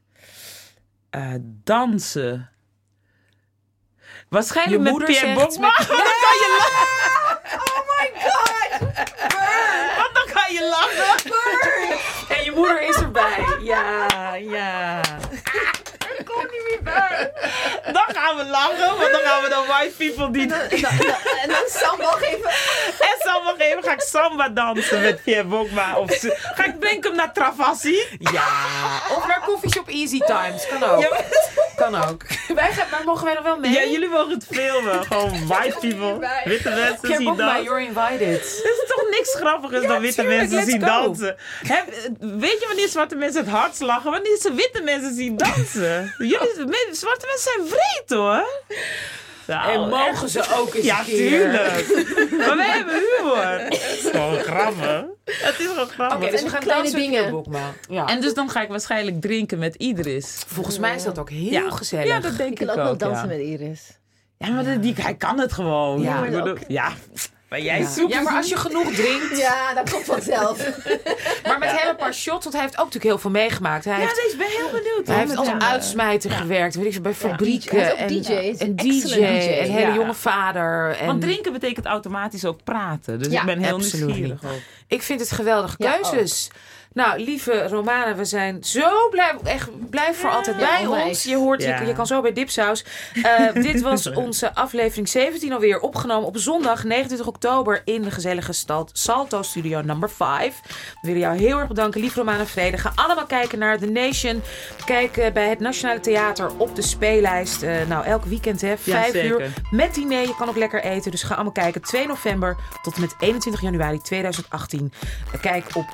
Speaker 3: Dansen. Waarschijnlijk
Speaker 1: Je
Speaker 3: met
Speaker 1: moeder
Speaker 3: Pierre
Speaker 1: zegt
Speaker 3: Bokma.
Speaker 1: met-
Speaker 3: Want dan kan je lachen.
Speaker 2: Oh my god!
Speaker 3: Want dan kan je lachen.
Speaker 1: En je moeder is erbij. Ja.
Speaker 2: Ik kom niet meer bij.
Speaker 3: Dan gaan we lachen. Want dan gaan we dan white people die...
Speaker 2: En dan sambal geven.
Speaker 3: En samba geven. Ga ik samba dansen met Pierre Bokma. Ga ik brengen hem naar Travassi.
Speaker 1: Ja. Of naar Coffeeshop Easy Times. Kan ook.
Speaker 3: Ja.
Speaker 1: Kan ook. Maar mogen wij nog wel mee?
Speaker 3: Ja, jullie mogen het filmen. Gewoon white people.
Speaker 2: bij.
Speaker 3: Witte mensen
Speaker 1: Pierre
Speaker 3: zien
Speaker 1: Bokma,
Speaker 3: dansen.
Speaker 1: you're invited.
Speaker 3: Er is toch niks grappigers dan witte
Speaker 1: tuurlijk,
Speaker 3: mensen
Speaker 1: let's
Speaker 3: zien
Speaker 1: go.
Speaker 3: dansen. Weet je wanneer zwarte mensen het hardst lachen? Wanneer ze witte mensen zien dansen. Zwarte mensen zijn vreed hoor. Nou,
Speaker 1: En mogen ze ook eens
Speaker 3: Ja,
Speaker 1: een keer.
Speaker 3: tuurlijk. Maar wij hebben humor. Het is gewoon grappig. Het is gewoon grappig.
Speaker 1: Oké, dus we gaan
Speaker 2: kleine
Speaker 1: dansen met
Speaker 2: dingen.
Speaker 1: Pierre Bokma. Ja.
Speaker 3: En dus dan ga ik waarschijnlijk drinken met Idris.
Speaker 1: Volgens mij is dat ook heel gezellig.
Speaker 3: Ja, dat denk
Speaker 2: Ik
Speaker 3: ik
Speaker 2: wil ook wel dansen
Speaker 3: ja.
Speaker 2: met Iris.
Speaker 3: Ja, maar hij kan het gewoon.
Speaker 1: Ja,
Speaker 3: Ik bedoel,
Speaker 2: maar
Speaker 3: maar jij zoekt...
Speaker 1: Ja, maar als je genoeg drinkt.
Speaker 2: Ja, dat komt vanzelf.
Speaker 1: Maar met hem een paar shots, want hij heeft ook natuurlijk heel veel meegemaakt. Hij heeft,
Speaker 3: ik ben heel benieuwd.
Speaker 1: hij heeft als uitsmijter gewerkt, weet ik veel, bij fabrieken.
Speaker 2: Hij is ook
Speaker 1: en,
Speaker 2: DJ, hij is
Speaker 1: en
Speaker 2: een
Speaker 1: DJ,
Speaker 2: excellent DJ.
Speaker 1: en hele
Speaker 2: Ja.
Speaker 1: jonge vader. En
Speaker 3: Want drinken betekent automatisch ook praten. Dus
Speaker 2: Ja,
Speaker 3: ik ben heel
Speaker 1: absoluut.
Speaker 3: nieuwsgierig ook.
Speaker 1: Ik vind het geweldige
Speaker 2: Ja,
Speaker 1: keuzes. Nou, lieve Romana, we zijn zo blij. Echt, blijf voor altijd bij
Speaker 2: onwijs.
Speaker 1: ons. Je hoort,
Speaker 3: Ja.
Speaker 1: je kan zo bij Dipsaus. Dit was onze aflevering 17 alweer. Opgenomen op zondag 29 oktober in de gezellige Salto Studio number 5. We willen jou heel erg bedanken, lieve Romana Vrede. Ga allemaal kijken naar The Nation. Kijk bij het Nationale Theater op de speellijst. Elk weekend, hè, 5
Speaker 3: zeker.
Speaker 1: uur. Met diner, je kan ook lekker eten. Dus ga allemaal kijken. 2 november tot en met 21 januari 2018. Kijk op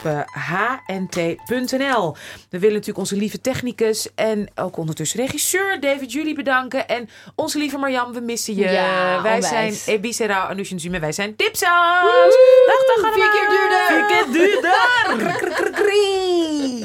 Speaker 1: hnt.nl. We willen natuurlijk onze lieve technicus en ook ondertussen regisseur David Julie bedanken. En onze lieve Marjam, we missen je.
Speaker 2: Ja,
Speaker 1: wij
Speaker 2: onwijs.
Speaker 1: zijn Ebi Serau, Anoush en Zume. Wij zijn Dipsaus. Dag allemaal.
Speaker 2: 4 keer duurder.
Speaker 3: 4 keer duurder.
Speaker 1: Krrrr.